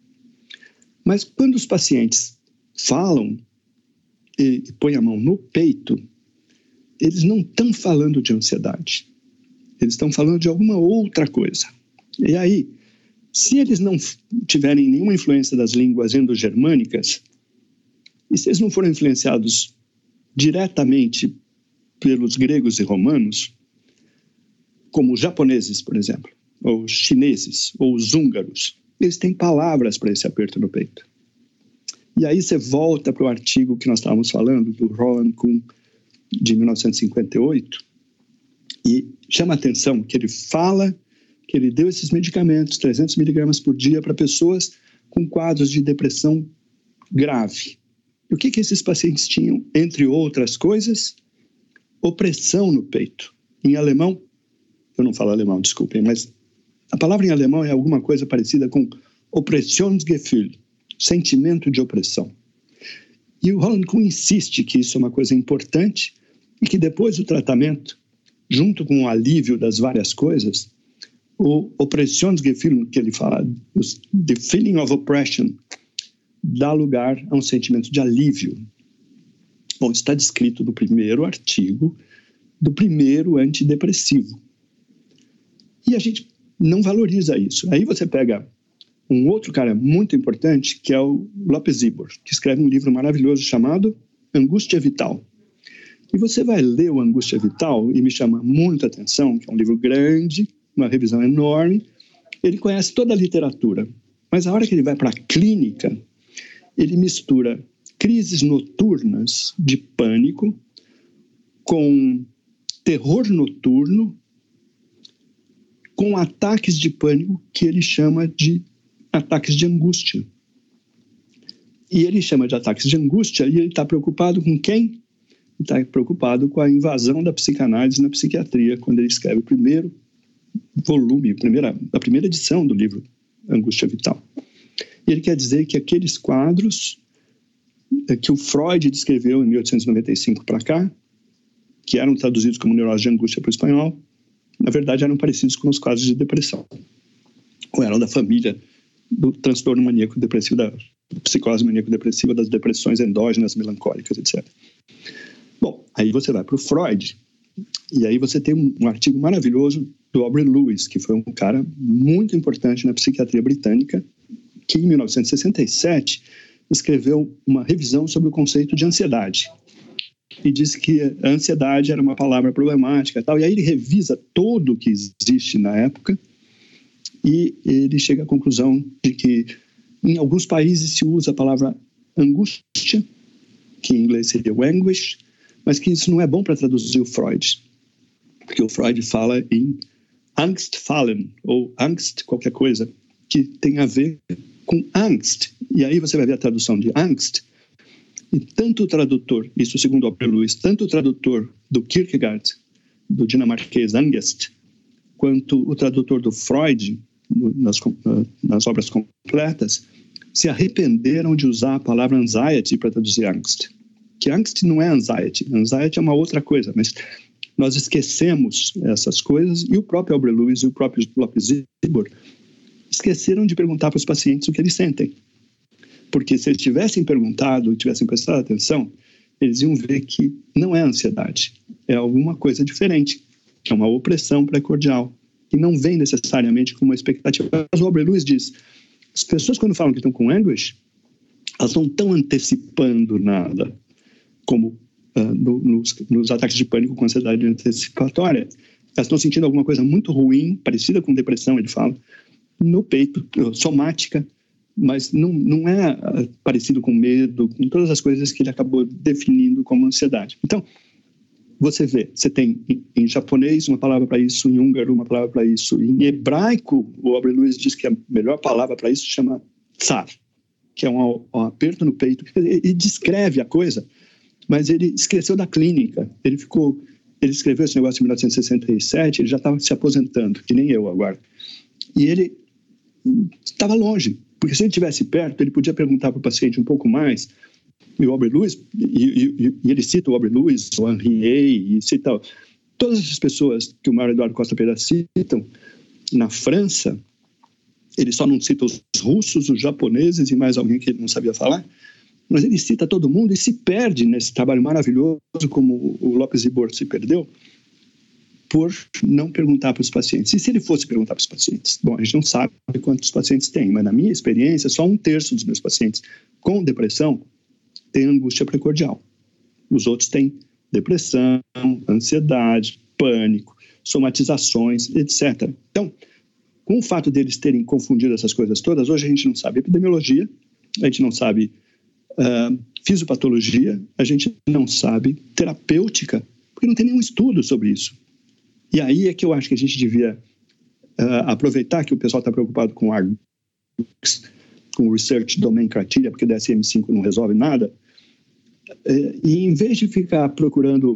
Mas quando os pacientes falam e põem a mão no peito, eles não estão falando de ansiedade. Eles estão falando de alguma outra coisa. E aí, se eles não tiverem nenhuma influência das línguas endogermânicas, e se eles não forem influenciados diretamente pelos gregos e romanos, como os japoneses, por exemplo, ou os chineses, ou os húngaros, eles têm palavras para esse aperto no peito. E aí você volta para o artigo que nós estávamos falando, do Roland Kuhn, de 1958, e chama a atenção que ele fala que ele deu esses medicamentos, 300 miligramas por dia, para pessoas com quadros de depressão grave. E o que esses pacientes tinham? Entre outras coisas, opressão no peito. Em alemão, eu não falo alemão, desculpem, mas a palavra em alemão é alguma coisa parecida com Oppressionsgefühl, sentimento de opressão. E o Roland Kuhn insiste que isso é uma coisa importante e que depois do tratamento, junto com o alívio das várias coisas, o Oppressionsgefühl, que ele fala, the feeling of oppression, dá lugar a um sentimento de alívio. Bom, isso está descrito no primeiro artigo do primeiro antidepressivo. E a gente não valoriza isso. Aí você pega um outro cara muito importante, que é o Lopes Ibor, que escreve um livro maravilhoso chamado Angústia Vital. E você vai ler o Angústia Vital, e me chama muita atenção, que é um livro grande, uma revisão enorme. Ele conhece toda a literatura, mas a hora que ele vai para a clínica, ele mistura crises noturnas de pânico com terror noturno, com ataques de pânico que ele chama de ataques de angústia. E ele chama de ataques de angústia e ele está preocupado com quem? Está preocupado com a invasão da psicanálise na psiquiatria, quando ele escreve o primeiro volume, a primeira edição do livro Angústia Vital. E ele quer dizer que aqueles quadros que o Freud descreveu em 1895 para cá, que eram traduzidos como neurose de angústia para o espanhol, na verdade eram parecidos com os quadros de depressão. Ou eram da família do transtorno maníaco-depressivo, da psicose maníaco-depressiva, das depressões endógenas, melancólicas, etc. Bom, aí você vai para o Freud, e aí você tem um artigo maravilhoso do Aubrey Lewis, que foi um cara muito importante na psiquiatria britânica, que em 1967 escreveu uma revisão sobre o conceito de ansiedade. E disse que a ansiedade era uma palavra problemática e tal. E aí ele revisa tudo o que existe na época e ele chega à conclusão de que em alguns países se usa a palavra angústia, que em inglês seria o anguish, mas que isso não é bom para traduzir o Freud. Porque o Freud fala em Angstfallen, ou Angst, qualquer coisa, que tem a ver com Angst. E aí você vai ver a tradução de Angst. E tanto o tradutor, isso segundo Aubrey Lewis, tanto o tradutor do Kierkegaard, do dinamarquês Angst, quanto o tradutor do Freud, nas obras completas, se arrependeram de usar a palavra anxiety para traduzir Angst. Que Angst não é anxiety. Anxiety é uma outra coisa, mas nós esquecemos essas coisas e o próprio Aubrey Lewis e o próprio Lopes Ibor esqueceram de perguntar para os pacientes o que eles sentem. Porque se eles tivessem perguntado e tivessem prestado atenção, eles iam ver que não é ansiedade, é alguma coisa diferente, é uma opressão pré-cordial, que não vem necessariamente com uma expectativa. Mas o Aubrey Lewis diz, as pessoas quando falam que estão com anguish, elas não estão antecipando nada, como nos ataques de pânico com ansiedade antecipatória. Elas estão sentindo alguma coisa muito ruim, parecida com depressão, ele fala, no peito, somática, mas não é parecido com medo, com todas as coisas que ele acabou definindo como ansiedade. Então, você vê, você tem em japonês uma palavra para isso, em húngaro uma palavra para isso, em hebraico, o Aubrey Lewis diz que a melhor palavra para isso se chama tsar, que é um aperto no peito. Ele descreve a coisa, mas ele esqueceu da clínica. Ele escreveu esse negócio em 1967, ele já estava se aposentando, que nem eu agora. E ele estava longe, porque se ele estivesse perto, ele podia perguntar para o paciente um pouco mais. E o Aubrey Lewis, e ele cita o Aubrey Lewis, o Henriet, e cita todas as pessoas que o Mário Eduardo Costa Pereira citam na França. Ele só não cita os russos, os japoneses e mais alguém que ele não sabia falar, mas ele cita todo mundo e se perde nesse trabalho maravilhoso como o Lopes Ibor se perdeu por não perguntar para os pacientes. E se ele fosse perguntar para os pacientes? Bom, a gente não sabe quantos pacientes tem, mas na minha experiência, só 1/3 dos meus pacientes com depressão tem angústia precordial. Os outros têm depressão, ansiedade, pânico, somatizações, etc. Então, com o fato deles terem confundido essas coisas todas, hoje a gente não sabe epidemiologia, a gente não sabe fisiopatologia, a gente não sabe terapêutica, porque não tem nenhum estudo sobre isso. E aí é que eu acho que a gente devia aproveitar que o pessoal está preocupado com com o Research Domain Criteria, porque o DSM-5 não resolve nada, e em vez de ficar procurando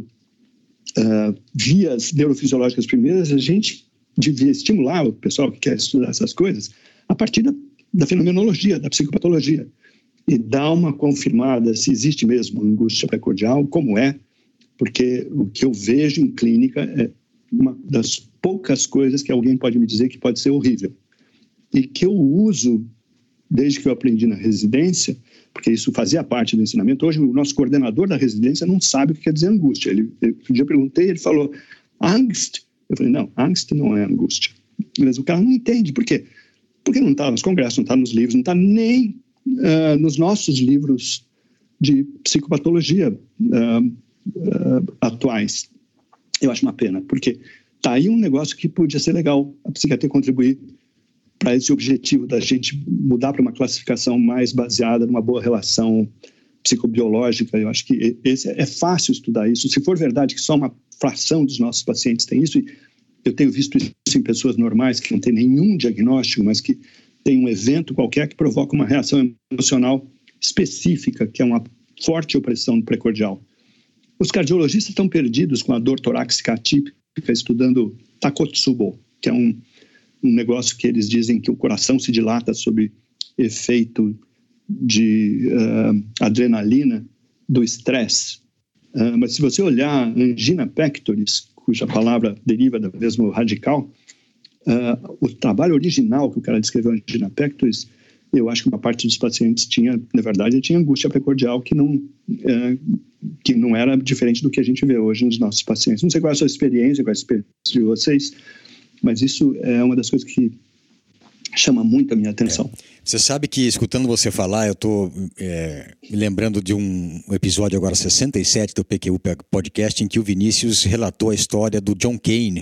vias neurofisiológicas primeiras, a gente devia estimular o pessoal que quer estudar essas coisas a partir da fenomenologia, da psicopatologia, e dar uma confirmada se existe mesmo angústia precordial, como é, porque o que eu vejo em clínica é uma das poucas coisas que alguém pode me dizer que pode ser horrível, e que eu uso desde que eu aprendi na residência, porque isso fazia parte do ensinamento. Hoje o nosso coordenador da residência não sabe o que quer dizer angústia. Um dia eu perguntei, ele falou, angst? Eu falei, não, angst não é angústia. Mas o cara não entende. Por quê? Porque não está nos congressos, não está nos livros, não está nem nos nossos livros de psicopatologia atuais. Eu acho uma pena, porque está aí um negócio que podia ser legal, a psiquiatria contribuir para esse objetivo da gente mudar para uma classificação mais baseada numa boa relação psicobiológica. Eu acho que é fácil estudar isso. Se for verdade que só uma fração dos nossos pacientes tem isso, e eu tenho visto isso em pessoas normais que não têm nenhum diagnóstico, mas que tem um evento qualquer que provoca uma reação emocional específica, que é uma forte opressão precordial. Os cardiologistas estão perdidos com a dor torácica atípica, estudando Takotsubo, que é um negócio que eles dizem que o coração se dilata sob efeito de adrenalina do estresse. Mas se você olhar angina pectoris, cuja palavra deriva do mesmo radical, o trabalho original que o cara descreveu angina pectoris, eu acho que uma parte dos pacientes tinha, na verdade, tinha angústia precordial que não era diferente do que a gente vê hoje nos nossos pacientes. Não sei qual é a sua experiência, qual é a experiência de vocês, mas isso é uma das coisas que chama muito a minha atenção. Você sabe que, escutando você falar, eu estou me lembrando de um episódio agora 67 do PQU Podcast, em que o Vinícius relatou a história do John Cade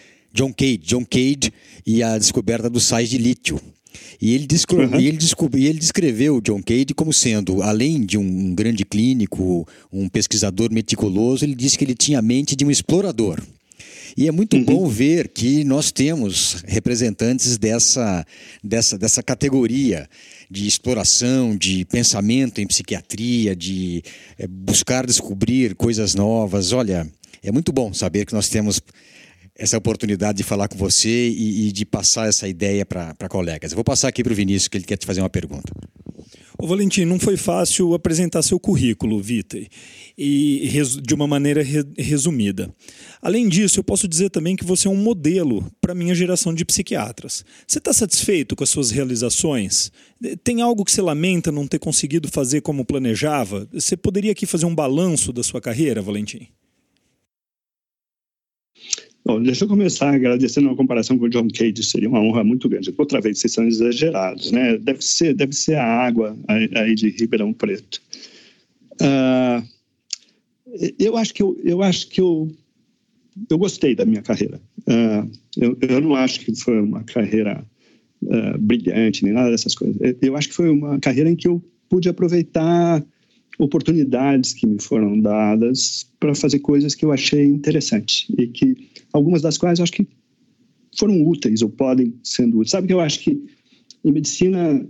e a descoberta dos sais de lítio. E ele descreveu o John Cade como sendo, além de um grande clínico, um pesquisador meticuloso, ele disse que ele tinha a mente de um explorador. E é muito bom ver que nós temos representantes dessa categoria de exploração, de pensamento em psiquiatria, de buscar descobrir coisas novas. Olha, é muito bom saber que nós temos essa oportunidade de falar com você e de passar essa ideia para colegas. Eu vou passar aqui para o Vinícius, que ele quer te fazer uma pergunta. Ô Valentim, não foi fácil apresentar seu currículo, Vitor, e de uma maneira resumida. Além disso, eu posso dizer também que você é um modelo para a minha geração de psiquiatras. Você está satisfeito com as suas realizações? Tem algo que você lamenta não ter conseguido fazer como planejava? Você poderia aqui fazer um balanço da sua carreira, Valentim? Bom, deixa eu começar agradecendo uma comparação com o John Cade, seria uma honra muito grande. Outra vez, vocês são exagerados, né? Deve ser a água aí de Ribeirão Preto. Eu acho que eu gostei da minha carreira. Eu não acho que foi uma carreira brilhante, nem nada dessas coisas. Eu acho que foi uma carreira em que eu pude aproveitar oportunidades que me foram dadas para fazer coisas que eu achei interessantes e que algumas das quais eu acho que foram úteis ou podem sendo úteis. Sabe que eu acho que em medicina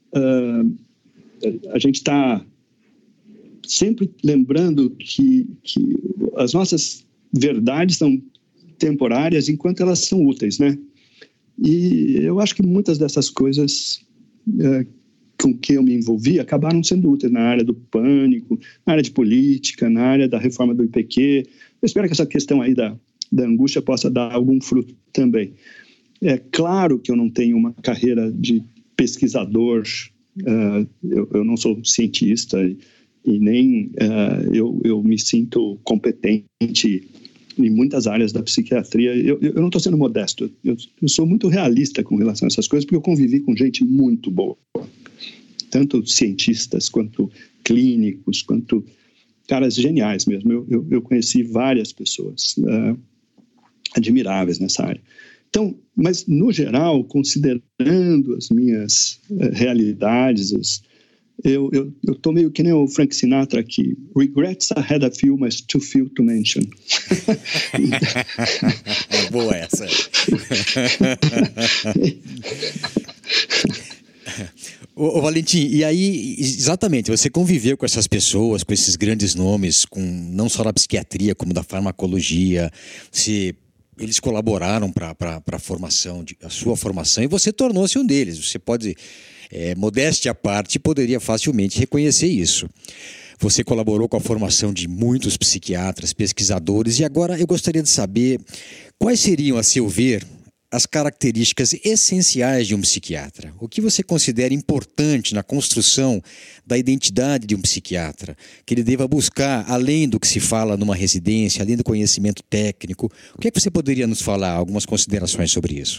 a gente está sempre lembrando que as nossas verdades são temporárias enquanto elas são úteis, né? E eu acho que muitas dessas coisas com que eu me envolvi acabaram sendo úteis na área do pânico, na área de política, na área da reforma do IPQ. Eu espero que essa questão aí da angústia possa dar algum fruto também. É claro que eu não tenho uma carreira de pesquisador, eu não sou cientista e nem eu me sinto competente em muitas áreas da psiquiatria. Eu não estou sendo modesto, eu sou muito realista com relação a essas coisas, porque eu convivi com gente muito boa, tanto cientistas, quanto clínicos, quanto caras geniais mesmo. Eu conheci várias pessoas admiráveis nessa área. Então, mas no geral, considerando as minhas realidades, eu tô meio que nem o Frank Sinatra aqui. Regrets I had a few, mas too few to mention. Boa essa. Ô Valentim, e aí, exatamente, você conviveu com essas pessoas, com esses grandes nomes, não só da psiquiatria, como da farmacologia, eles colaboraram para a sua formação e você tornou-se um deles. Você pode, modéstia à parte, poderia facilmente reconhecer isso. Você colaborou com a formação de muitos psiquiatras, pesquisadores, e agora eu gostaria de saber quais seriam, a seu ver, as características essenciais de um psiquiatra. O que você considera importante na construção da identidade de um psiquiatra, que ele deva buscar, além do que se fala numa residência, além do conhecimento técnico? O que é que você poderia nos falar? Algumas considerações sobre isso.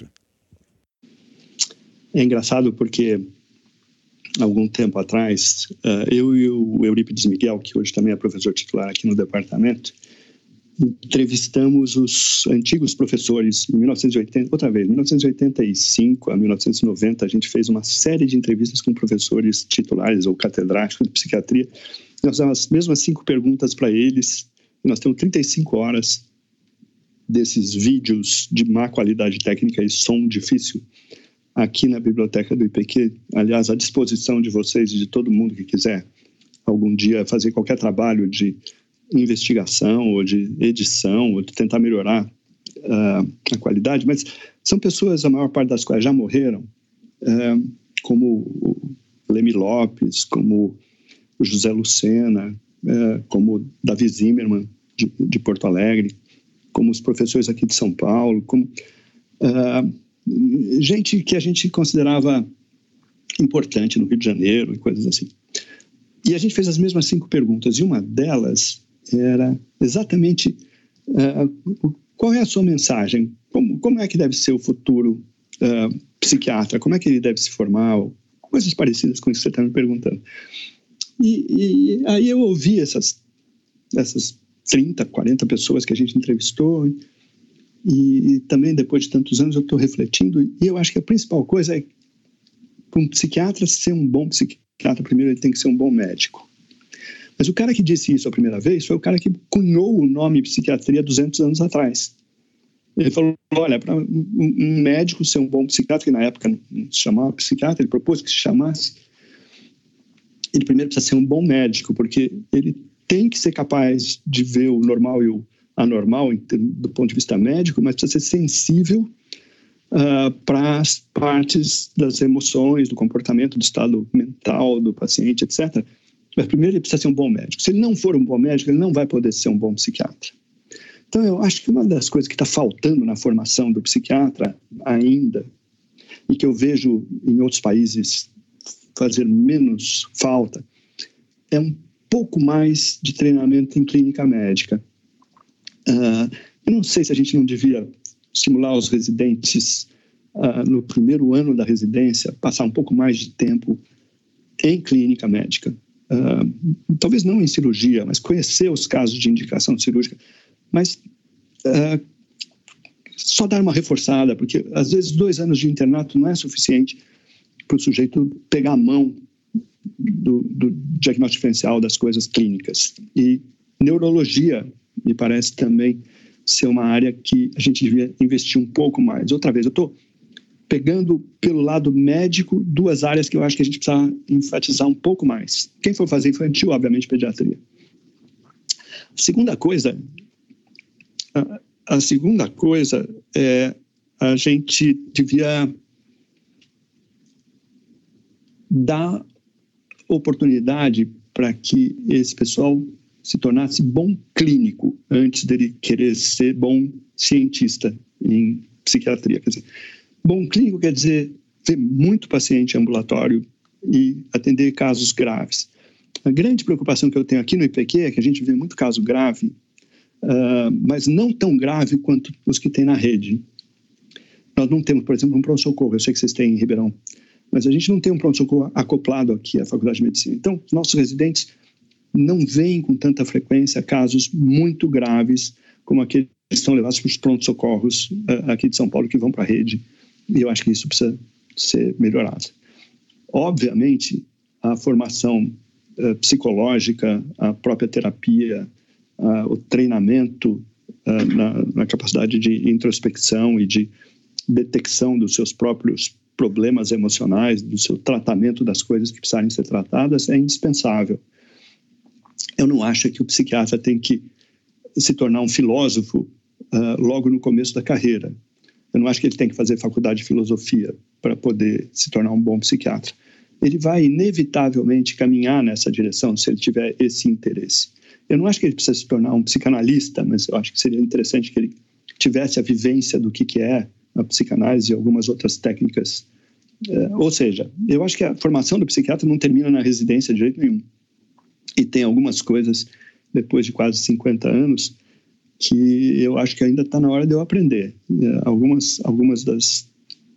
É engraçado porque, algum tempo atrás, eu e o Eurípides Miguel, que hoje também é professor titular aqui no departamento, entrevistamos os antigos professores em 1980, outra vez, 1985 a 1990, a gente fez uma série de entrevistas com professores titulares ou catedráticos de psiquiatria. Nós fizemos as mesmas 5 perguntas para eles, e nós temos 35 horas desses vídeos de má qualidade técnica e som difícil aqui na biblioteca do IPQ, aliás, à disposição de vocês e de todo mundo que quiser algum dia fazer qualquer trabalho de investigação ou de edição ou de tentar melhorar a qualidade, mas são pessoas, a maior parte das quais já morreram, como o Leme Lopes, como o José Lucena, como Davi Zimmermann de Porto Alegre, como os professores aqui de São Paulo, como gente que a gente considerava importante no Rio de Janeiro e coisas assim. E a gente fez as mesmas 5 perguntas, e uma delas era exatamente qual é a sua mensagem, como é que deve ser o futuro psiquiatra, como é que ele deve se formar, coisas parecidas com isso que você está me perguntando. E aí eu ouvi essas 30, 40 pessoas que a gente entrevistou, e também depois de tantos anos eu estou refletindo, e eu acho que a principal coisa é, para um psiquiatra ser um bom psiquiatra, primeiro ele tem que ser um bom médico. Mas o cara que disse isso a primeira vez foi o cara que cunhou o nome psiquiatria 200 anos atrás. Ele falou, olha, para um médico ser um bom psiquiatra, que na época não se chamava psiquiatra, ele propôs que se chamasse, ele primeiro precisa ser um bom médico, porque ele tem que ser capaz de ver o normal e o anormal do ponto de vista médico, mas precisa ser sensível para as partes das emoções, do comportamento, do estado mental do paciente, etc. Mas primeiro ele precisa ser um bom médico. Se ele não for um bom médico, ele não vai poder ser um bom psiquiatra. Então eu acho que uma das coisas que está faltando na formação do psiquiatra ainda, e que eu vejo em outros países fazer menos falta, é um pouco mais de treinamento em clínica médica. Eu não sei se a gente não devia estimular os residentes no primeiro ano da residência, passar um pouco mais de tempo em clínica médica. talvez não em cirurgia, mas conhecer os casos de indicação cirúrgica, mas só dar uma reforçada, porque às vezes 2 anos de internato não é suficiente para o sujeito pegar a mão do diagnóstico diferencial das coisas clínicas. E neurologia me parece também ser uma área que a gente devia investir um pouco mais. Outra vez, eu estou pegando pelo lado médico 2 áreas que eu acho que a gente precisa enfatizar um pouco mais. Quem for fazer infantil, obviamente, pediatria. A segunda coisa é a gente devia dar oportunidade para que esse pessoal se tornasse bom clínico antes dele querer ser bom cientista em psiquiatria. Quer dizer, bom clínico quer dizer ver muito paciente ambulatório e atender casos graves. A grande preocupação que eu tenho aqui no IPQ é que a gente vê muito caso grave, mas não tão grave quanto os que tem na rede. Nós não temos, por exemplo, um pronto-socorro. Eu sei que vocês têm em Ribeirão, mas a gente não tem um pronto-socorro acoplado aqui à Faculdade de Medicina. Então, os nossos residentes não veem com tanta frequência casos muito graves como aqueles que são levados para os pronto-socorros aqui de São Paulo, que vão para a rede. E eu acho que isso precisa ser melhorado. Obviamente, a formação psicológica, a própria terapia, o treinamento na capacidade de introspecção e de detecção dos seus próprios problemas emocionais, do seu tratamento das coisas que precisarem ser tratadas, é indispensável. Eu não acho que o psiquiatra tem que se tornar um filósofo logo no começo da carreira. Eu não acho que ele tem que fazer faculdade de filosofia para poder se tornar um bom psiquiatra. Ele vai inevitavelmente caminhar nessa direção se ele tiver esse interesse. Eu não acho que ele precisa se tornar um psicanalista, mas eu acho que seria interessante que ele tivesse a vivência do que é a psicanálise e algumas outras técnicas. Ou seja, eu acho que a formação do psiquiatra não termina na residência de jeito nenhum. E tem algumas coisas, depois de quase 50 anos, que eu acho que ainda está na hora de eu aprender. Algumas das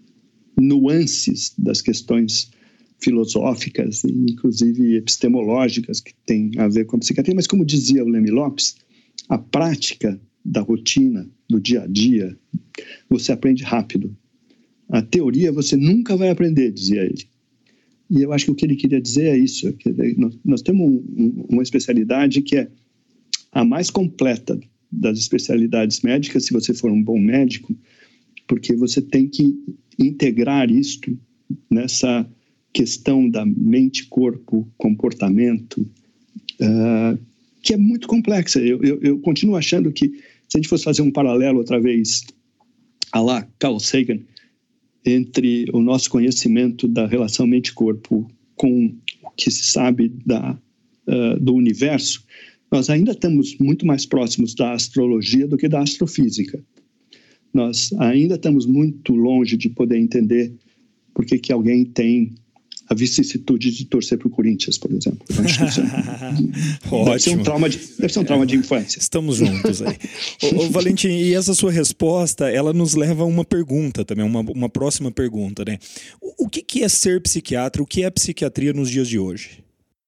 nuances das questões filosóficas, inclusive epistemológicas, que tem a ver com a psiquiatria. Mas, como dizia o Leme Lopes, a prática da rotina, do dia a dia, você aprende rápido. A teoria você nunca vai aprender, dizia ele. E eu acho que o que ele queria dizer é isso. Que nós temos uma especialidade que é a mais completa das especialidades médicas, se você for um bom médico, porque você tem que integrar isto nessa questão da mente, corpo, comportamento, que é muito complexa. Eu continuo achando que, se a gente fosse fazer um paralelo outra vez, à la Carl Sagan, entre o nosso conhecimento da relação mente-corpo com o que se sabe do universo, nós ainda estamos muito mais próximos da astrologia do que da astrofísica. Nós ainda estamos muito longe de poder entender por que alguém tem a vicissitude de torcer para o Corinthians, por exemplo. Eu acho que isso deve ser um trauma de infância. Estamos juntos aí. Ô, Valentim, e essa sua resposta, ela nos leva a uma pergunta também, uma próxima pergunta, né? O que é ser psiquiatra? O que é psiquiatria nos dias de hoje?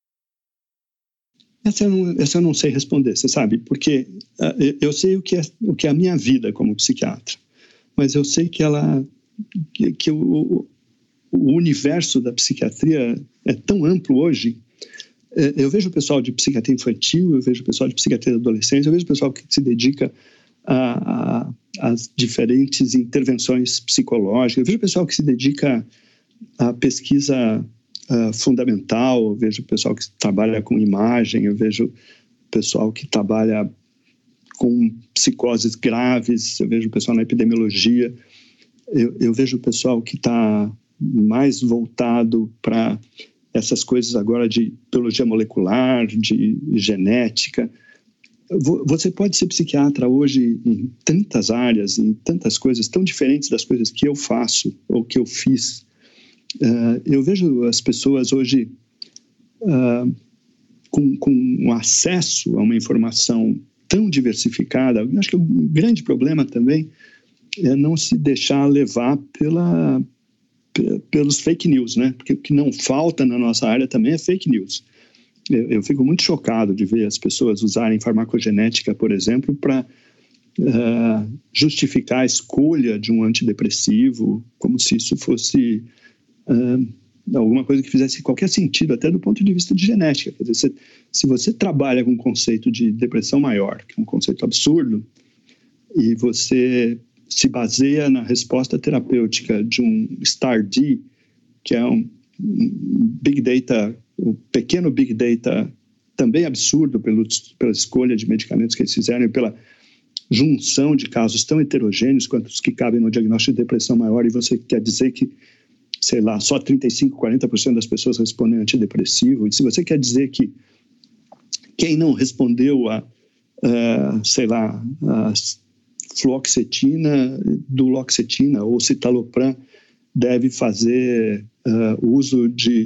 Essa eu não sei responder, você sabe, porque eu sei o que é a minha vida como psiquiatra, mas eu sei que o universo da psiquiatria é tão amplo hoje. Eu vejo o pessoal de psiquiatria infantil, eu vejo o pessoal de psiquiatria da adolescência, eu vejo o pessoal que se dedica às diferentes intervenções psicológicas, eu vejo o pessoal que se dedica à pesquisa fundamental, eu vejo o pessoal que trabalha com imagem, eu vejo o pessoal que trabalha com psicoses graves, eu vejo o pessoal na epidemiologia, eu vejo o pessoal que está mais voltado para essas coisas agora de biologia molecular, de genética. Você pode ser psiquiatra hoje em tantas áreas, em tantas coisas tão diferentes das coisas que eu faço ou que eu fiz. Eu vejo as pessoas hoje com acesso a uma informação tão diversificada. Eu acho que o grande problema também é não se deixar levar pelos fake news, né? Porque o que não falta na nossa área também é fake news. Eu fico muito chocado de ver as pessoas usarem farmacogenética, por exemplo, para justificar a escolha de um antidepressivo, como se isso fosse alguma coisa que fizesse qualquer sentido, até do ponto de vista de genética. Quer dizer, se você trabalha com o conceito de depressão maior, que é um conceito absurdo, e você se baseia na resposta terapêutica de um STAR-D, que é um Big Data, um pequeno Big Data também absurdo pela escolha de medicamentos que eles fizeram e pela junção de casos tão heterogêneos quanto os que cabem no diagnóstico de depressão maior, e você quer dizer que, sei lá, só 35%, 40% das pessoas respondem antidepressivo, e se você quer dizer que quem não respondeu a fluoxetina, duloxetina ou citalopram deve fazer uso de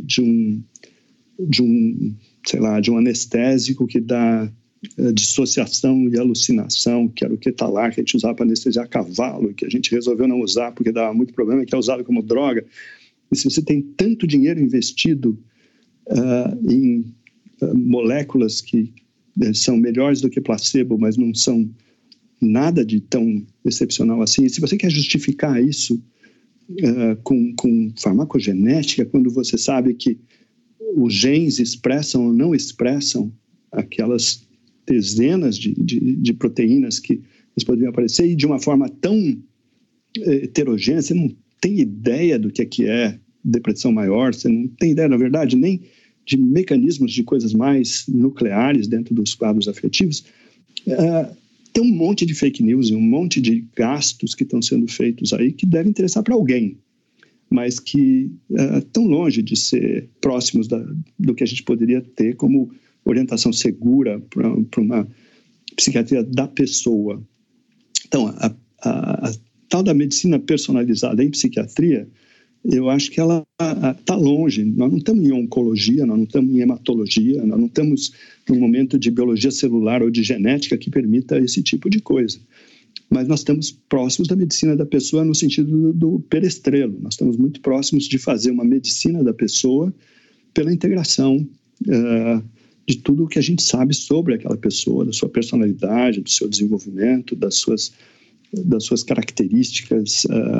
um anestésico que dá dissociação e alucinação, que era o Ketalar, que a gente usava para anestesiar cavalo, que a gente resolveu não usar porque dava muito problema, que é usado como droga. E se você tem tanto dinheiro investido em moléculas que são melhores do que placebo, mas não são nada de tão excepcional assim, e se você quer justificar isso com farmacogenética, quando você sabe que os genes expressam ou não expressam aquelas dezenas de proteínas que eles poderiam aparecer, e de uma forma tão heterogênea, você não tem ideia do que é depressão maior, você não tem ideia, na verdade, nem de mecanismos de coisas mais nucleares dentro dos quadros afetivos. Tem um monte de fake news e um monte de gastos que estão sendo feitos aí que devem interessar para alguém, mas que estão longe de ser próximos do que a gente poderia ter como orientação segura para uma psiquiatria da pessoa. Então, a tal da medicina personalizada em psiquiatria, eu acho que ela está longe. Nós não estamos em oncologia, nós não estamos em hematologia, nós não estamos num momento de biologia celular ou de genética que permita esse tipo de coisa. Mas nós estamos próximos da medicina da pessoa no sentido do perestrelo. Nós estamos muito próximos de fazer uma medicina da pessoa pela integração de tudo o que a gente sabe sobre aquela pessoa, da sua personalidade, do seu desenvolvimento, das suas características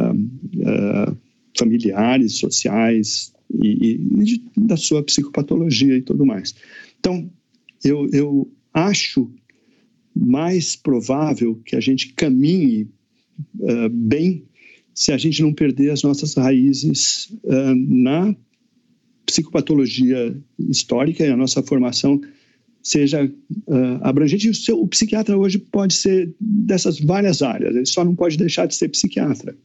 familiares, sociais e da sua psicopatologia e tudo mais. Então, eu acho mais provável que a gente caminhe bem se a gente não perder as nossas raízes na psicopatologia histórica e a nossa formação seja abrangente. O psiquiatra hoje pode ser dessas várias áreas, ele só não pode deixar de ser psiquiatra.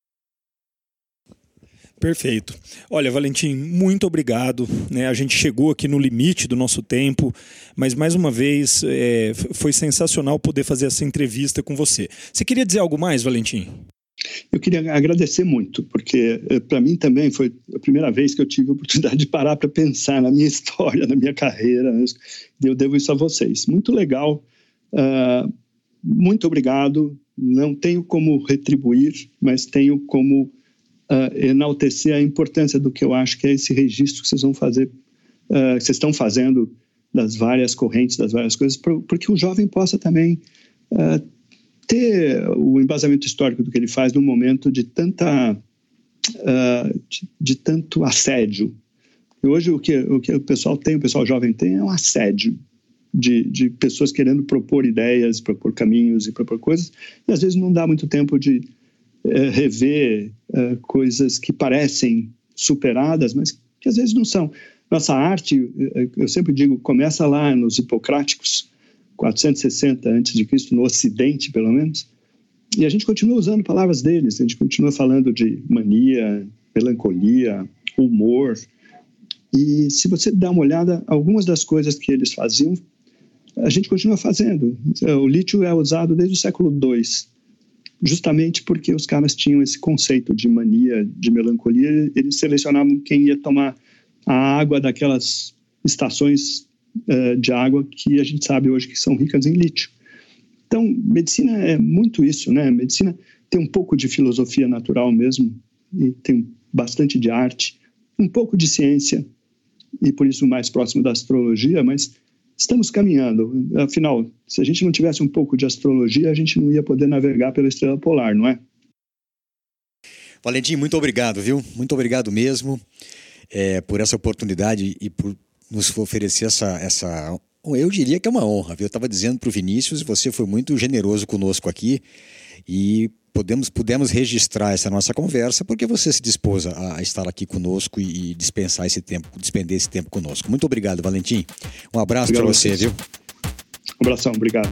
Perfeito. Olha, Valentim, muito obrigado. A gente chegou aqui no limite do nosso tempo, mas mais uma vez foi sensacional poder fazer essa entrevista com você. Você queria dizer algo mais, Valentim? Eu queria agradecer muito, porque para mim também foi a primeira vez que eu tive a oportunidade de parar para pensar na minha história, na minha carreira. Eu devo isso a vocês. Muito legal. Muito obrigado. Não tenho como retribuir, mas tenho como enaltecer a importância do que eu acho que é esse registro que vocês vão fazer, que vocês estão fazendo das várias correntes, das várias coisas, porque o jovem possa também ter o embasamento histórico do que ele faz num momento de tanto assédio. E hoje o que o pessoal jovem tem é um assédio de pessoas querendo propor ideias, propor caminhos e propor coisas, e às vezes não dá muito tempo de rever coisas que parecem superadas, mas que às vezes não são. Nossa arte, eu sempre digo, começa lá nos Hipocráticos, 460 a.C., no Ocidente, pelo menos, e a gente continua usando palavras deles, a gente continua falando de mania, melancolia, humor, e se você dá uma olhada, algumas das coisas que eles faziam, a gente continua fazendo. O lítio é usado desde o século II, justamente porque os caras tinham esse conceito de mania, de melancolia, eles selecionavam quem ia tomar a água daquelas estações de água que a gente sabe hoje que são ricas em lítio. Então, medicina é muito isso, né? Medicina tem um pouco de filosofia natural mesmo, e tem bastante de arte, um pouco de ciência e por isso mais próximo da astrologia, mas estamos caminhando. Afinal, se a gente não tivesse um pouco de astrologia, a gente não ia poder navegar pela estrela polar, não é? Valentim, muito obrigado, viu? Muito obrigado mesmo por essa oportunidade e por nos oferecer essa... Eu diria que é uma honra, viu? Eu estava dizendo para o Vinícius, você foi muito generoso conosco aqui e pudemos registrar essa nossa conversa porque você se dispôs a estar aqui conosco e despender esse tempo conosco. Muito obrigado, Valentim. Um abraço para você, viu? Um abração, obrigado.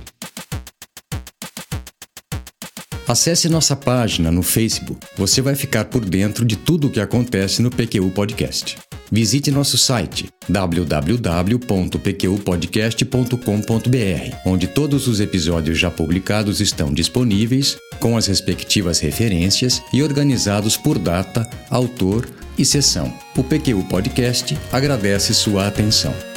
Acesse nossa página no Facebook. Você vai ficar por dentro de tudo o que acontece no PQU Podcast. Visite nosso site www.pqpodcast.com.br, onde todos os episódios já publicados estão disponíveis, com as respectivas referências e organizados por data, autor e sessão. O PQU Podcast agradece sua atenção.